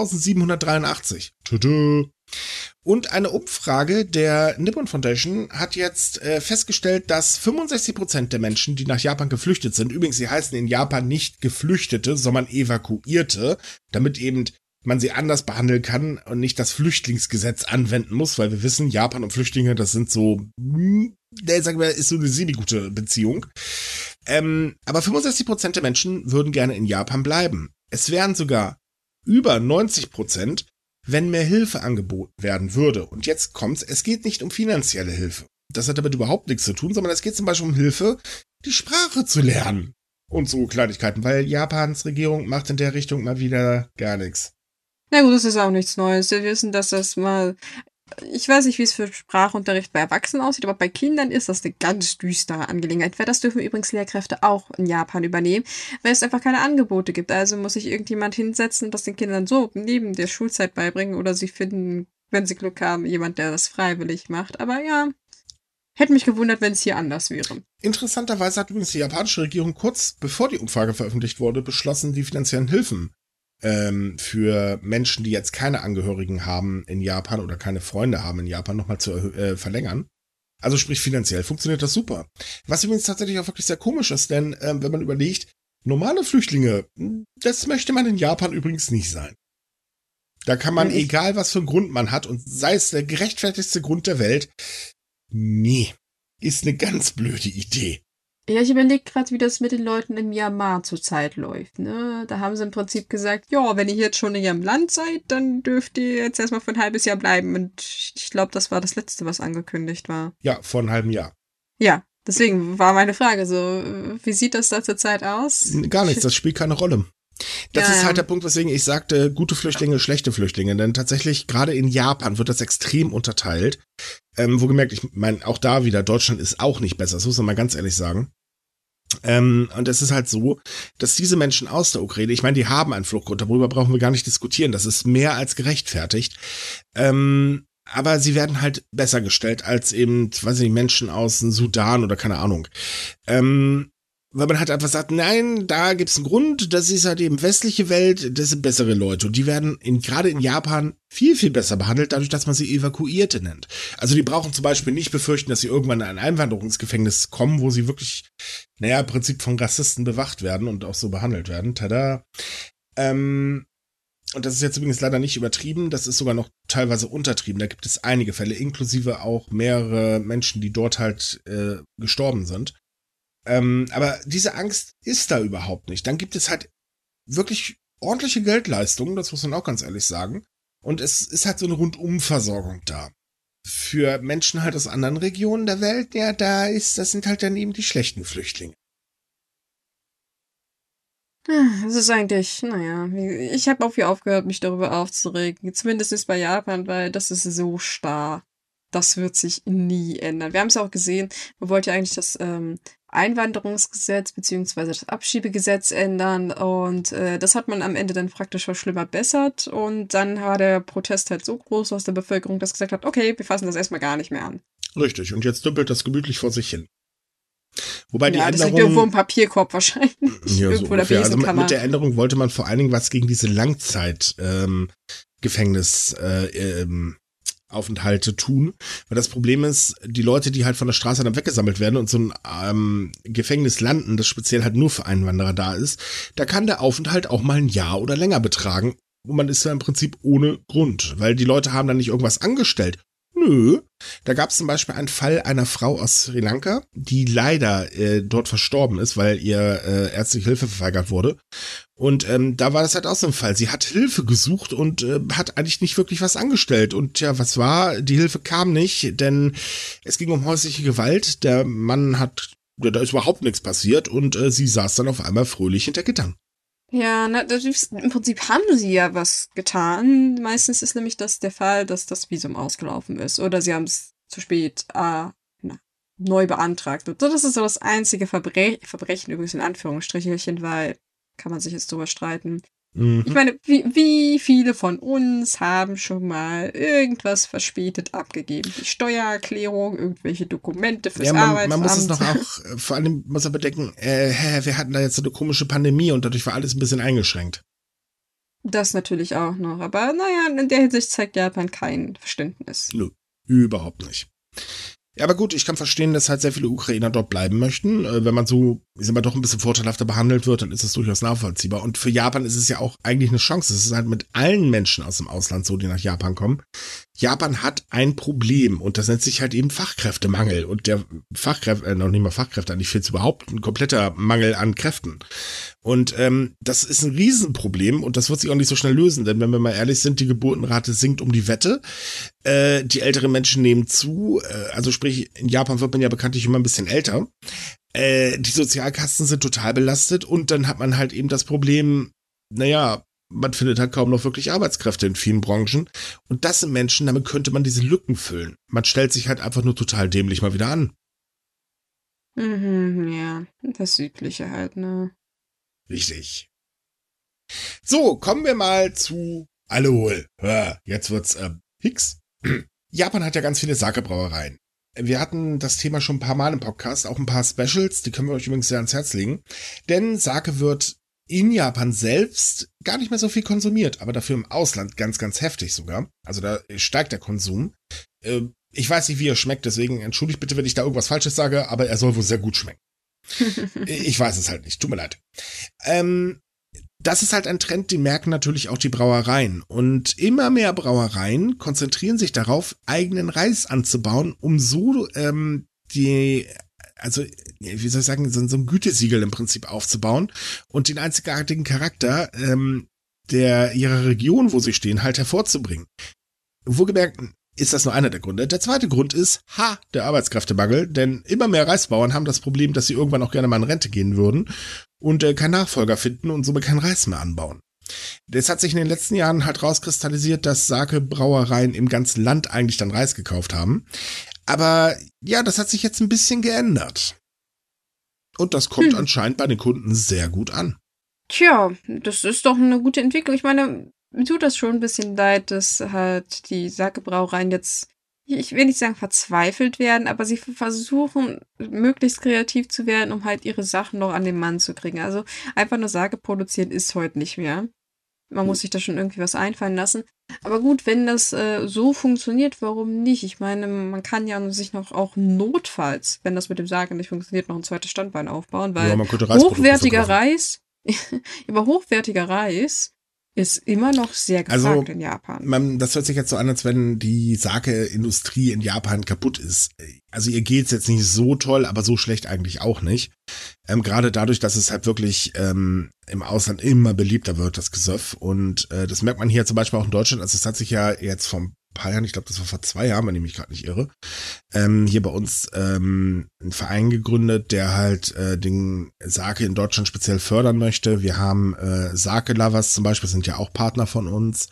1783. Tada. Und eine Umfrage der Nippon Foundation hat jetzt festgestellt, dass 65% der Menschen, die nach Japan geflüchtet sind, übrigens, sie heißen in Japan nicht Geflüchtete, sondern Evakuierte, damit eben man sie anders behandeln kann und nicht das Flüchtlingsgesetz anwenden muss, weil wir wissen, Japan und Flüchtlinge, das sind so, sagen wir, ist so eine semi-gute Beziehung. Aber 65% der Menschen würden gerne in Japan bleiben. Es wären sogar über 90%, wenn mehr Hilfe angeboten werden würde. Und jetzt kommt's, es geht nicht um finanzielle Hilfe. Das hat damit überhaupt nichts zu tun, sondern es geht zum Beispiel um Hilfe, die Sprache zu lernen. Und so Kleinigkeiten, weil Japans Regierung macht in der Richtung mal wieder gar nichts. Na gut, das ist auch nichts Neues. Wir wissen, dass das mal... Ich weiß nicht, wie es für Sprachunterricht bei Erwachsenen aussieht, aber bei Kindern ist das eine ganz düstere Angelegenheit. Weil das dürfen übrigens Lehrkräfte auch in Japan übernehmen, weil es einfach keine Angebote gibt. Also muss sich irgendjemand hinsetzen und das den Kindern so neben der Schulzeit beibringen oder sie finden, wenn sie Glück haben, jemand, der das freiwillig macht. Aber ja, hätte mich gewundert, wenn es hier anders wäre. Interessanterweise hat übrigens die japanische Regierung kurz bevor die Umfrage veröffentlicht wurde, beschlossen, die finanziellen Hilfen für Menschen, die jetzt keine Angehörigen haben in Japan oder keine Freunde haben in Japan, nochmal zu verlängern. Also sprich finanziell funktioniert das super. Was übrigens tatsächlich auch wirklich sehr komisch ist, denn wenn man überlegt, normale Flüchtlinge, das möchte man in Japan übrigens nicht sein. Da kann man, egal was für einen Grund man hat, und sei es der gerechtfertigste Grund der Welt, nee, ist eine ganz blöde Idee. Ja, ich überlege gerade, wie das mit den Leuten in Myanmar zurzeit läuft, ne? Da haben sie im Prinzip gesagt, ja, wenn ihr jetzt schon in ihrem Land seid, dann dürft ihr jetzt erstmal für ein halbes Jahr bleiben. Und ich glaube, das war das Letzte, was angekündigt war. Ja, vor einem halben Jahr. Ja, deswegen war meine Frage so, wie sieht das da zurzeit aus? Gar nichts, das spielt keine Rolle. Das ist halt der Punkt, weswegen ich sagte, gute Flüchtlinge, schlechte Flüchtlinge. Denn tatsächlich, gerade in Japan wird das extrem unterteilt. Wohlgemerkt, ich meine, auch da wieder, Deutschland ist auch nicht besser, das muss man mal ganz ehrlich sagen. Und es ist halt so, dass diese Menschen aus der Ukraine, ich meine, die haben einen Fluchtgrund, darüber brauchen wir gar nicht diskutieren, das ist mehr als gerechtfertigt. Aber sie werden halt besser gestellt als eben, weiß ich nicht, Menschen aus dem Sudan oder keine Ahnung. Weil man halt einfach sagt, nein, da gibt's einen Grund, das ist halt eben westliche Welt, das sind bessere Leute. Und die werden gerade in Japan viel, viel besser behandelt, dadurch, dass man sie Evakuierte nennt. Also die brauchen zum Beispiel nicht befürchten, dass sie irgendwann in ein Einwanderungsgefängnis kommen, wo sie wirklich, im Prinzip von Rassisten bewacht werden und auch so behandelt werden. Tada. Und das ist jetzt übrigens leider nicht übertrieben, das ist sogar noch teilweise untertrieben. Da gibt es einige Fälle, inklusive auch mehrere Menschen, die dort halt gestorben sind. Aber diese Angst ist da überhaupt nicht. Dann gibt es halt wirklich ordentliche Geldleistungen, das muss man auch ganz ehrlich sagen. Und es ist halt so eine Rundumversorgung da. Für Menschen halt aus anderen Regionen der Welt, ja, das sind halt dann eben die schlechten Flüchtlinge. Das ist eigentlich, ich habe auch viel aufgehört, mich darüber aufzuregen. Zumindest bei Japan, weil das ist so starr. das wird sich nie ändern. Wir haben es ja auch gesehen, man wollte ja eigentlich das Einwanderungsgesetz bzw. das Abschiebegesetz ändern und das hat man am Ende dann praktisch verschlimmbessert und dann war der Protest halt so groß aus der Bevölkerung, dass gesagt hat, okay, wir fassen das erstmal gar nicht mehr an. Richtig, und jetzt dümpelt das gemütlich vor sich hin. Wobei die das liegt Änderung, irgendwo im Papierkorb wahrscheinlich. ja, so Irgendwo in der ungefähr. Also Besenkammer. mit der Änderung wollte man vor allen Dingen was gegen diese Langzeit Aufenthalte tun. Weil das Problem ist, die Leute, die halt von der Straße dann weggesammelt werden und so ein Gefängnis landen, das speziell halt nur für Einwanderer da ist, da kann der Aufenthalt auch mal ein Jahr oder länger betragen. Und man ist ja im Prinzip ohne Grund, weil die Leute haben dann nicht irgendwas angestellt. Nö. Da gab es zum Beispiel einen Fall einer Frau aus Sri Lanka, die leider dort verstorben ist, weil ihr ärztliche Hilfe verweigert wurde. Und da war das halt auch so ein Fall. Sie hat Hilfe gesucht und hat eigentlich nicht wirklich was angestellt. Und ja, was war? Die Hilfe kam nicht, denn es ging um häusliche Gewalt. Der Mann da ist überhaupt nichts passiert und sie saß dann auf einmal fröhlich hinter Gittern. Ja, im Prinzip haben sie ja was getan. Meistens ist nämlich das der Fall, dass das Visum ausgelaufen ist. Oder sie haben es zu spät neu beantragt. Und das ist so das einzige Verbrechen, übrigens in Anführungsstrichelchen, weil kann man sich jetzt drüber streiten. Mhm. Ich meine, wie viele von uns haben schon mal irgendwas verspätet abgegeben? Die Steuererklärung, irgendwelche Dokumente fürs Arbeitsamt. Man muss es noch auch, vor allem muss er bedenken, wir hatten da jetzt so eine komische Pandemie und dadurch war alles ein bisschen eingeschränkt. Das natürlich auch noch. Aber naja, in der Hinsicht zeigt Japan kein Verständnis. Nö, überhaupt nicht. Ja, aber gut, ich kann verstehen, dass halt sehr viele Ukrainer dort bleiben möchten. Wenn man so, ich sag mal, doch ein bisschen vorteilhafter behandelt wird, dann ist das durchaus nachvollziehbar. Und für Japan ist es ja auch eigentlich eine Chance. Es ist halt mit allen Menschen aus dem Ausland so, die nach Japan kommen. Japan hat ein Problem und das nennt sich halt eben Fachkräftemangel. Und der noch nicht mal Fachkräfte, eigentlich fehlt es überhaupt ein kompletter Mangel an Kräften. Und das ist ein Riesenproblem und das wird sich auch nicht so schnell lösen, denn wenn wir mal ehrlich sind, die Geburtenrate sinkt um die Wette. Die älteren Menschen nehmen zu, also sprich, in Japan wird man ja bekanntlich immer ein bisschen älter. Die Sozialkassen sind total belastet und dann hat man halt eben das Problem, naja, man findet halt kaum noch wirklich Arbeitskräfte in vielen Branchen. Und das sind Menschen, damit könnte man diese Lücken füllen. Man stellt sich halt einfach nur total dämlich mal wieder an. Ja, das Übliche halt, ne? Richtig. So, kommen wir mal zu Alkohol. Jetzt wird's Hicks. Japan hat ja ganz viele Sake-Brauereien. Wir hatten das Thema schon ein paar Mal im Podcast, auch ein paar Specials, die können wir euch übrigens sehr ans Herz legen. Denn Sake wird in Japan selbst gar nicht mehr so viel konsumiert, aber dafür im Ausland ganz, ganz heftig sogar. Also da steigt der Konsum. Ich weiß nicht, wie er schmeckt, deswegen entschuldigt bitte, wenn ich da irgendwas Falsches sage, aber er soll wohl sehr gut schmecken. Ich weiß es halt nicht, tut mir leid. Das ist halt ein Trend, den merken natürlich auch die Brauereien. Und immer mehr Brauereien konzentrieren sich darauf, eigenen Reis anzubauen, um so wie soll ich sagen, so ein Gütesiegel im Prinzip aufzubauen und den einzigartigen Charakter ihrer Region, wo sie stehen, halt hervorzubringen. Wohlgemerkt ist das nur einer der Gründe. Der zweite Grund ist, der Arbeitskräftemangel, denn immer mehr Reisbauern haben das Problem, dass sie irgendwann auch gerne mal in Rente gehen würden und keinen Nachfolger finden und somit keinen Reis mehr anbauen. Das hat sich in den letzten Jahren halt rauskristallisiert, dass Sake-Brauereien im ganzen Land eigentlich dann Reis gekauft haben. Aber ja, das hat sich jetzt ein bisschen geändert. Und das kommt anscheinend bei den Kunden sehr gut an. Tja, das ist doch eine gute Entwicklung. Ich meine, mir tut das schon ein bisschen leid, dass halt die Sake-Brauereien jetzt, ich will nicht sagen verzweifelt werden, aber sie versuchen, möglichst kreativ zu werden, um halt ihre Sachen noch an den Mann zu kriegen. Also einfach nur Sake produzieren ist heute nicht mehr. Man muss sich da schon irgendwie was einfallen lassen. Aber gut, wenn das so funktioniert, warum nicht? Ich meine, man kann ja sich noch auch notfalls, wenn das mit dem Sake nicht funktioniert, noch ein zweites Standbein aufbauen, weil man könnte hochwertiger Reis, aber hochwertiger Reis ist immer noch sehr gefragt in Japan. Das hört sich jetzt so an, als wenn die Sake-Industrie in Japan kaputt ist. Also ihr geht's jetzt nicht so toll, aber so schlecht eigentlich auch nicht. Gerade dadurch, dass es halt wirklich im Ausland immer beliebter wird, das Gesöff. Und das merkt man hier zum Beispiel auch in Deutschland. Also es hat sich ja jetzt vor ein paar Jahren, ich glaube, das war vor 2 Jahren, wenn ich mich gerade nicht irre, hier bei uns einen Verein gegründet, der halt den Sake in Deutschland speziell fördern möchte. Wir haben Sake Lovers zum Beispiel, sind ja auch Partner von uns.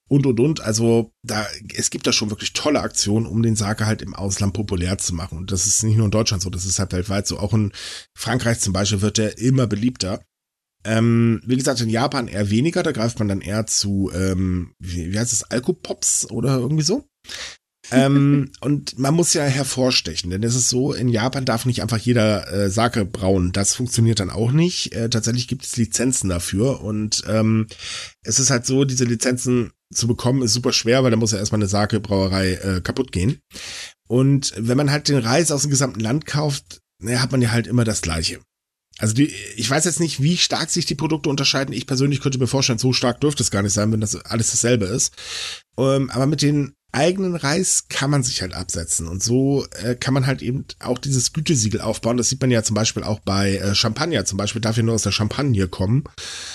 und. Also es gibt da schon wirklich tolle Aktionen, um den Sake halt im Ausland populär zu machen. Und das ist nicht nur in Deutschland so, das ist halt weltweit so. Auch in Frankreich zum Beispiel wird der immer beliebter. Wie gesagt, in Japan eher weniger, da greift man dann eher zu, wie heißt es, Alkopops oder irgendwie so. Und man muss ja hervorstechen, denn es ist so, in Japan darf nicht einfach jeder Sake brauen. Das funktioniert dann auch nicht. Tatsächlich gibt es Lizenzen dafür und es ist halt so, diese Lizenzen zu bekommen ist super schwer, weil da muss ja erstmal eine Sake-Brauerei kaputt gehen. Und wenn man halt den Reis aus dem gesamten Land kauft, hat man ja halt immer das Gleiche. Also ich weiß jetzt nicht, wie stark sich die Produkte unterscheiden. Ich persönlich könnte mir vorstellen, so stark dürfte es gar nicht sein, wenn das alles dasselbe ist. Aber mit den eigenen Reis kann man sich halt absetzen. Und so kann man halt eben auch dieses Gütesiegel aufbauen. Das sieht man ja zum Beispiel auch bei Champagner. Zum Beispiel darf ja nur aus der Champagne kommen.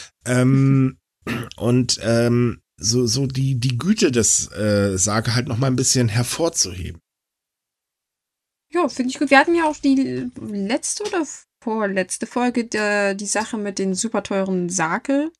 So die Güte des Sake halt noch mal ein bisschen hervorzuheben. Ja, finde ich gut. Wir hatten ja auch die letzte oder vorletzte Folge die Sache mit den super teuren Sake.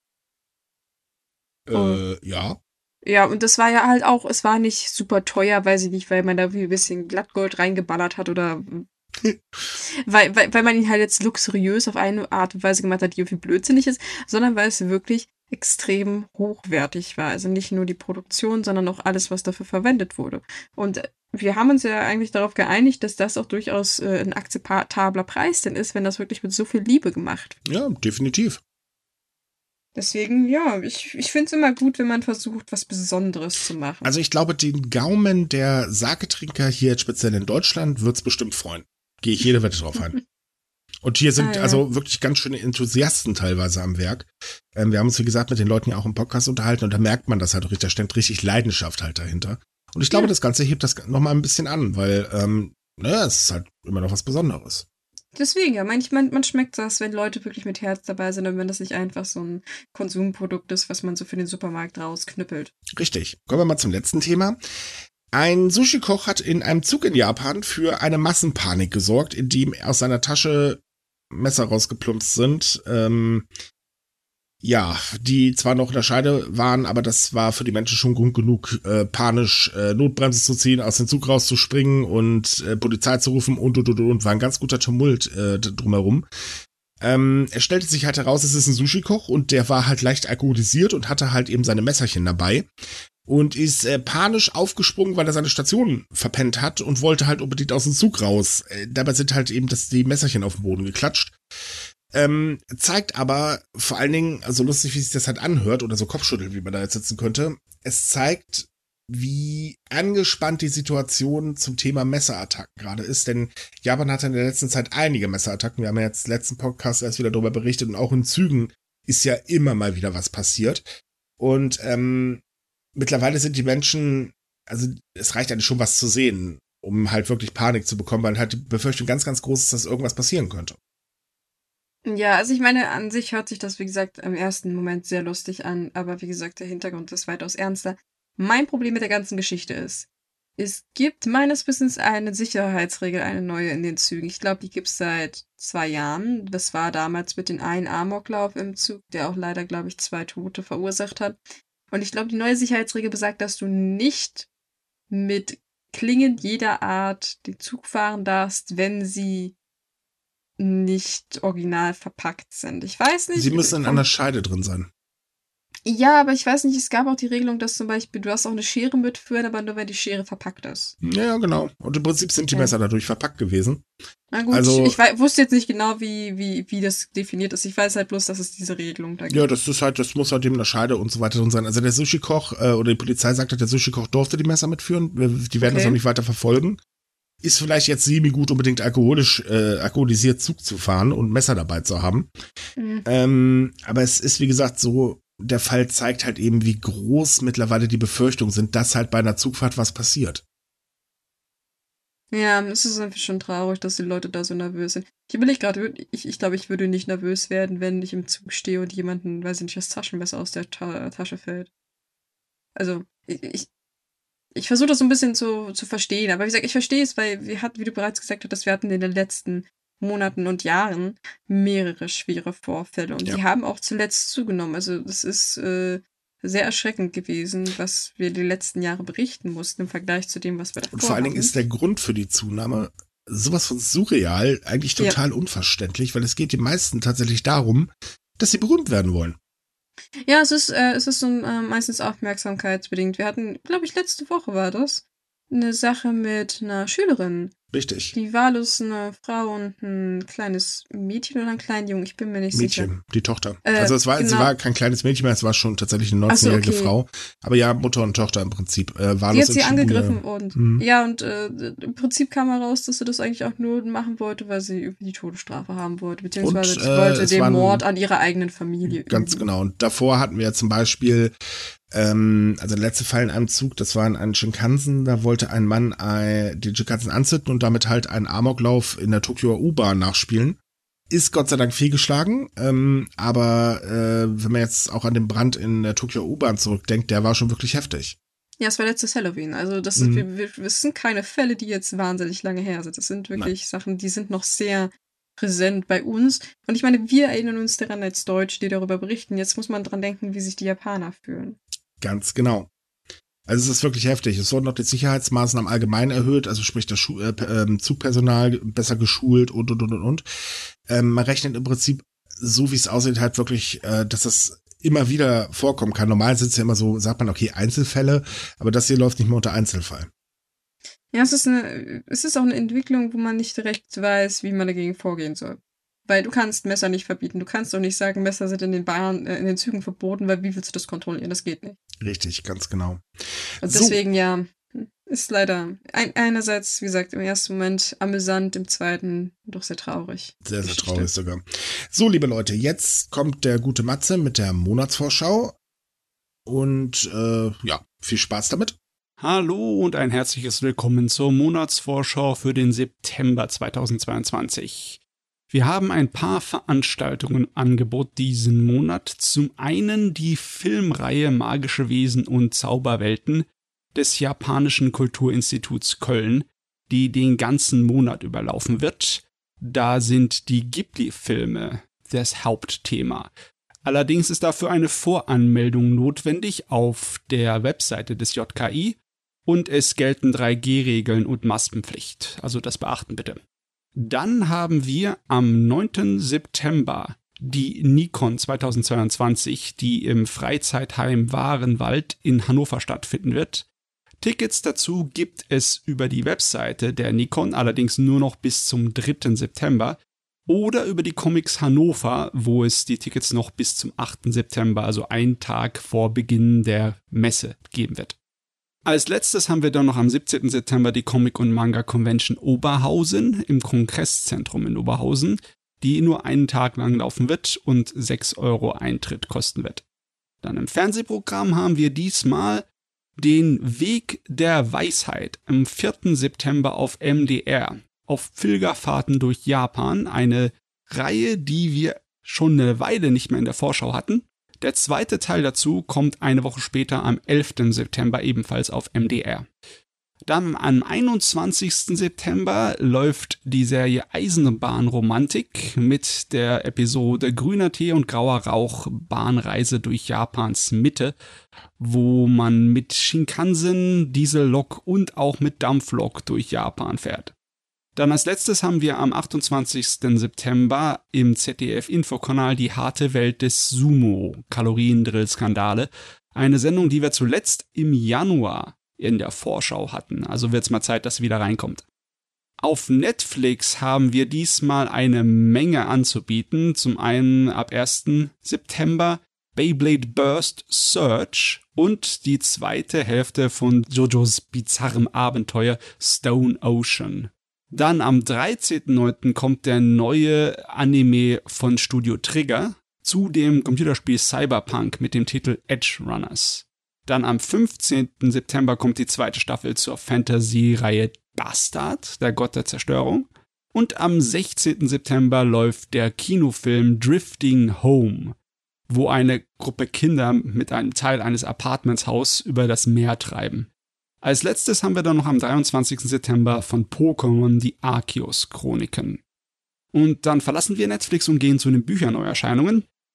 Ja. Ja, und das war ja halt auch, es war nicht super teuer, weiß ich nicht, weil man da wie ein bisschen Glattgold reingeballert hat oder weil man ihn halt jetzt luxuriös auf eine Art und Weise gemacht hat, die irgendwie blödsinnig ist, sondern weil es wirklich extrem hochwertig war. Also nicht nur die Produktion, sondern auch alles, was dafür verwendet wurde. Und wir haben uns ja eigentlich darauf geeinigt, dass das auch durchaus ein akzeptabler Preis denn ist, wenn das wirklich mit so viel Liebe gemacht wird. Ja, definitiv. Deswegen, ja, ich finde es immer gut, wenn man versucht, was Besonderes zu machen. Also ich glaube, den Gaumen der Saketrinker hier jetzt speziell in Deutschland wird's bestimmt freuen. Gehe ich jede Wette drauf ein. Und hier sind also wirklich ganz schöne Enthusiasten teilweise am Werk. Wir haben uns, wie gesagt, mit den Leuten ja auch im Podcast unterhalten und da merkt man das halt richtig, da steckt richtig Leidenschaft halt dahinter. Und ich glaube, das Ganze hebt das nochmal ein bisschen an, weil es ist halt immer noch was Besonderes. Deswegen, ja, man schmeckt das, wenn Leute wirklich mit Herz dabei sind und wenn das nicht einfach so ein Konsumprodukt ist, was man so für den Supermarkt rausknüppelt. Richtig. Kommen wir mal zum letzten Thema. Ein Sushi-Koch hat in einem Zug in Japan für eine Massenpanik gesorgt, indem aus seiner Tasche Messer rausgeplumpst sind. Die zwar noch in der Scheide waren, aber das war für die Menschen schon Grund genug, panisch Notbremse zu ziehen, aus dem Zug rauszuspringen und Polizei zu rufen und. War ein ganz guter Tumult drumherum. Es stellte sich halt heraus, es ist ein Sushi-Koch und der war halt leicht alkoholisiert und hatte halt eben seine Messerchen dabei und ist panisch aufgesprungen, weil er seine Station verpennt hat und wollte halt unbedingt aus dem Zug raus. Dabei sind halt eben die Messerchen auf den Boden geklatscht. Zeigt aber vor allen Dingen, also lustig, wie sich das halt anhört oder so Kopfschütteln, wie man da jetzt sitzen könnte, es zeigt, wie angespannt die Situation zum Thema Messerattacken gerade ist, denn Japan hatte in der letzten Zeit einige Messerattacken. Wir haben ja jetzt letzten Podcast erst wieder darüber berichtet und auch in Zügen ist ja immer mal wieder was passiert. Und mittlerweile sind die Menschen, also es reicht eigentlich schon was zu sehen, um halt wirklich Panik zu bekommen, weil halt die Befürchtung ganz, ganz groß ist, dass irgendwas passieren könnte. Ja, also ich meine, an sich hört sich das, wie gesagt, im ersten Moment sehr lustig an, aber wie gesagt, der Hintergrund ist weitaus ernster. Mein Problem mit der ganzen Geschichte ist, es gibt meines Wissens eine Sicherheitsregel, eine neue in den Zügen. Ich glaube, die gibt es seit 2 Jahren. Das war damals mit dem einen Amoklauf im Zug, der auch leider, glaube ich, 2 Tote verursacht hat. Und ich glaube, die neue Sicherheitsregel besagt, dass du nicht mit Klingen jeder Art den Zug fahren darfst, wenn sie nicht original verpackt sind. Ich weiß nicht. Sie müssen in einer Scheide drin sein. Ja, aber ich weiß nicht, es gab auch die Regelung, dass zum Beispiel, du hast auch eine Schere mitführen, aber nur wenn die Schere verpackt ist. Ja, genau. Und im Prinzip sind die Messer dadurch verpackt gewesen. Na gut, also, ich wusste jetzt nicht genau, wie das definiert ist. Ich weiß halt bloß, dass es diese Regelung da gibt. Ja, das muss halt eben eine Scheide und so weiter drin sein. Also der Sushi-Koch oder die Polizei sagt, der Sushi-Koch durfte die Messer mitführen. Die werden das auch nicht weiter verfolgen. Ist vielleicht jetzt semi-gut, unbedingt alkoholisiert Zug zu fahren und Messer dabei zu haben. Aber es ist, wie gesagt, so, der Fall zeigt halt eben, wie groß mittlerweile die Befürchtungen sind, dass halt bei einer Zugfahrt was passiert. Ja, es ist einfach schon traurig, dass die Leute da so nervös sind. Ich überlege gerade, ich glaube, ich würde nicht nervös werden, wenn ich im Zug stehe und jemanden, weiß ich nicht, das Taschenmesser aus der Tasche fällt. Also, ich versuche das so ein bisschen zu verstehen, aber wie gesagt, ich verstehe es, weil wie du bereits gesagt hast, wir hatten in den letzten Monaten und Jahren mehrere schwere Vorfälle und die haben auch zuletzt zugenommen. Also das ist sehr erschreckend gewesen, was wir die letzten Jahre berichten mussten im Vergleich zu dem, was wir davor Und vor allen Dingen hatten. ist der Grund für die Zunahme sowas von surreal, eigentlich total unverständlich, weil es geht den meisten tatsächlich darum, dass sie berühmt werden wollen. Ja, es ist so meistens aufmerksamkeitsbedingt. Wir hatten, glaube ich, letzte Woche war das, eine Sache mit einer Schülerin. Richtig. Die wahllos eine Frau und ein kleines Mädchen oder einen kleinen Jungen, ich bin mir nicht sicher. Mädchen, die Tochter. Also sie genau. war kein kleines Mädchen mehr, es war schon tatsächlich eine 19-jährige Frau. Aber ja, Mutter und Tochter im Prinzip. Wahllos die hat sie in Schule. angegriffen und im Prinzip kam heraus, dass sie das eigentlich auch nur machen wollte, weil sie die Todesstrafe haben wollte, beziehungsweise sie wollte den Mord an ihrer eigenen Familie Ganz üben. genau. Und davor hatten wir zum Beispiel also der letzte Fall in einem Zug, das war in einem Shinkansen, da wollte ein Mann die Shinkansen anzünden und damit halt einen Amoklauf in der Tokioer U-Bahn nachspielen. Ist Gott sei Dank fehlgeschlagen, aber wenn man jetzt auch an den Brand in der Tokioer U-Bahn zurückdenkt, der war schon wirklich heftig. Ja, es war letztes Halloween, also das sind keine Fälle, die jetzt wahnsinnig lange her sind. Das sind wirklich Sachen, die sind noch sehr präsent bei uns. Und ich meine, wir erinnern uns daran als Deutsche, die darüber berichten. Jetzt muss man dran denken, wie sich die Japaner fühlen. Ganz genau. Also es ist wirklich heftig. Es wurden noch die Sicherheitsmaßnahmen allgemein erhöht, also sprich das Zugpersonal besser geschult und. Man rechnet im Prinzip, so wie es aussieht, halt wirklich, dass das immer wieder vorkommen kann. Normal sind es ja immer so, sagt man, okay, Einzelfälle, aber das hier läuft nicht mehr unter Einzelfall. Ja, es ist auch eine Entwicklung, wo man nicht direkt weiß, wie man dagegen vorgehen soll. Weil du kannst Messer nicht verbieten. Du kannst doch nicht sagen, Messer sind in den Zügen verboten, weil wie willst du das kontrollieren? Das geht nicht. Richtig, ganz genau. Und deswegen, ist leider einerseits, wie gesagt, im ersten Moment amüsant, im zweiten doch sehr traurig. Sehr, sehr traurig sogar. So, liebe Leute, jetzt kommt der gute Matze mit der Monatsvorschau. Und viel Spaß damit. Hallo und ein herzliches Willkommen zur Monatsvorschau für den September 2022. Wir haben ein paar Veranstaltungen im Angebot diesen Monat. Zum einen die Filmreihe Magische Wesen und Zauberwelten des Japanischen Kulturinstituts Köln, die den ganzen Monat überlaufen wird. Da sind die Ghibli-Filme das Hauptthema. Allerdings ist dafür eine Voranmeldung notwendig auf der Webseite des JKI und es gelten 3G-Regeln und Maskenpflicht. Also das beachten bitte. Dann haben wir am 9. September die Nikon 2022, die im Freizeitheim Wahrenwald in Hannover stattfinden wird. Tickets dazu gibt es über die Webseite der Nikon, allerdings nur noch bis zum 3. September. Oder über die Comics Hannover, wo es die Tickets noch bis zum 8. September, also einen Tag vor Beginn der Messe, geben wird. Als letztes haben wir dann noch am 17. September die Comic- und Manga-Convention Oberhausen im Kongresszentrum in Oberhausen, die nur einen Tag lang laufen wird und 6 € Eintritt kosten wird. Dann im Fernsehprogramm haben wir diesmal den Weg der Weisheit am 4. September auf MDR. Auf Pilgerfahrten durch Japan, eine Reihe, die wir schon eine Weile nicht mehr in der Vorschau hatten. Der zweite Teil dazu kommt eine Woche später am 11. September ebenfalls auf MDR. Dann am 21. September läuft die Serie Eisenbahnromantik mit der Episode Grüner Tee und grauer Rauch, Bahnreise durch Japans Mitte, wo man mit Shinkansen, Diesellok und auch mit Dampflok durch Japan fährt. Dann als letztes haben wir am 28. September im ZDF-Infokanal die harte Welt des Sumo, Kaloriendrill-Skandale. Eine Sendung, die wir zuletzt im Januar in der Vorschau hatten. Also wird es mal Zeit, dass sie wieder reinkommt. Auf Netflix haben wir diesmal eine Menge anzubieten. Zum einen ab 1. September Beyblade Burst Search und die zweite Hälfte von JoJos bizarrem Abenteuer Stone Ocean. Dann am 13.09. kommt der neue Anime von Studio Trigger zu dem Computerspiel Cyberpunk mit dem Titel Edge Runners. Dann am 15. September kommt die zweite Staffel zur Fantasy-Reihe Bastard, der Gott der Zerstörung. Und am 16. September läuft der Kinofilm Drifting Home, wo eine Gruppe Kinder mit einem Teil eines Apartmentshaus über das Meer treiben. Als letztes haben wir dann noch am 23. September von Pokémon die Arceus-Chroniken. Und dann verlassen wir Netflix und gehen zu den Bücherneuerscheinungen.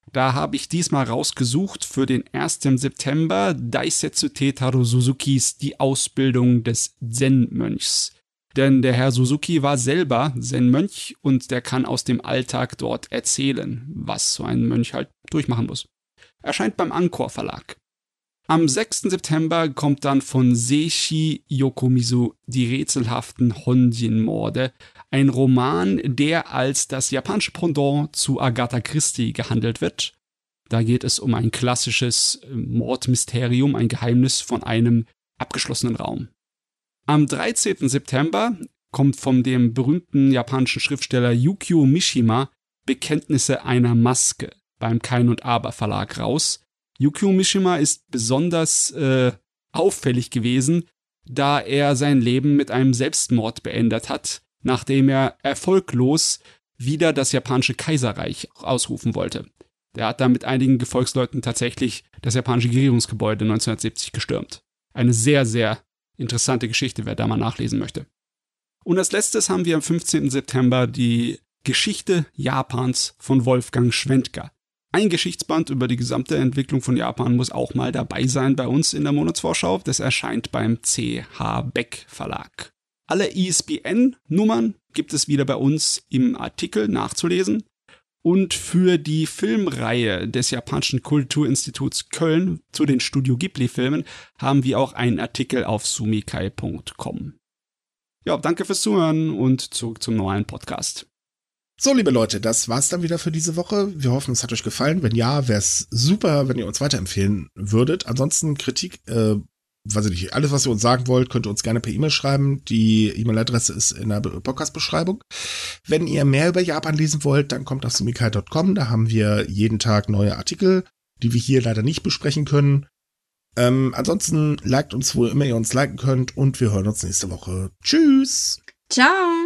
Da habe ich diesmal rausgesucht für den 1. September Daisetsu Taro Suzukis Die Ausbildung des Zen-Mönchs. Denn der Herr Suzuki war selber Zen-Mönch und der kann aus dem Alltag dort erzählen, was so ein Mönch halt durchmachen muss. Erscheint beim Ankor Verlag. Am 6. September kommt dann von Seishi Yokomizu Die rätselhaften Honjin-Morde, ein Roman, der als das japanische Pendant zu Agatha Christie gehandelt wird. Da geht es um ein klassisches Mordmysterium, ein Geheimnis von einem abgeschlossenen Raum. Am 13. September kommt von dem berühmten japanischen Schriftsteller Yukio Mishima Bekenntnisse einer Maske beim Kein und Aber Verlag raus. Yukio Mishima ist besonders auffällig gewesen, da er sein Leben mit einem Selbstmord beendet hat, nachdem er erfolglos wieder das japanische Kaiserreich ausrufen wollte. Der hat da mit einigen Gefolgsleuten tatsächlich das japanische Regierungsgebäude 1970 gestürmt. Eine sehr, sehr interessante Geschichte, wer da mal nachlesen möchte. Und als letztes haben wir am 15. September die Geschichte Japans von Wolfgang Schwentger. Ein Geschichtsband über die gesamte Entwicklung von Japan muss auch mal dabei sein bei uns in der Monatsvorschau. Das erscheint beim C.H. Beck Verlag. Alle ISBN-Nummern gibt es wieder bei uns im Artikel nachzulesen. Und für die Filmreihe des Japanischen Kulturinstituts Köln zu den Studio Ghibli-Filmen haben wir auch einen Artikel auf sumikai.com. Ja, danke fürs Zuhören und zurück zum normalen Podcast. So, liebe Leute, das war's dann wieder für diese Woche. Wir hoffen, es hat euch gefallen. Wenn ja, wäre es super, wenn ihr uns weiterempfehlen würdet. Ansonsten Kritik, weiß ich nicht, alles, was ihr uns sagen wollt, könnt ihr uns gerne per E-Mail schreiben. Die E-Mail-Adresse ist in der Podcast-Beschreibung. Wenn ihr mehr über Japan lesen wollt, dann kommt auf sumikai.com. Da haben wir jeden Tag neue Artikel, die wir hier leider nicht besprechen können. Ansonsten liked uns, wo immer ihr uns liken könnt und wir hören uns nächste Woche. Tschüss! Ciao!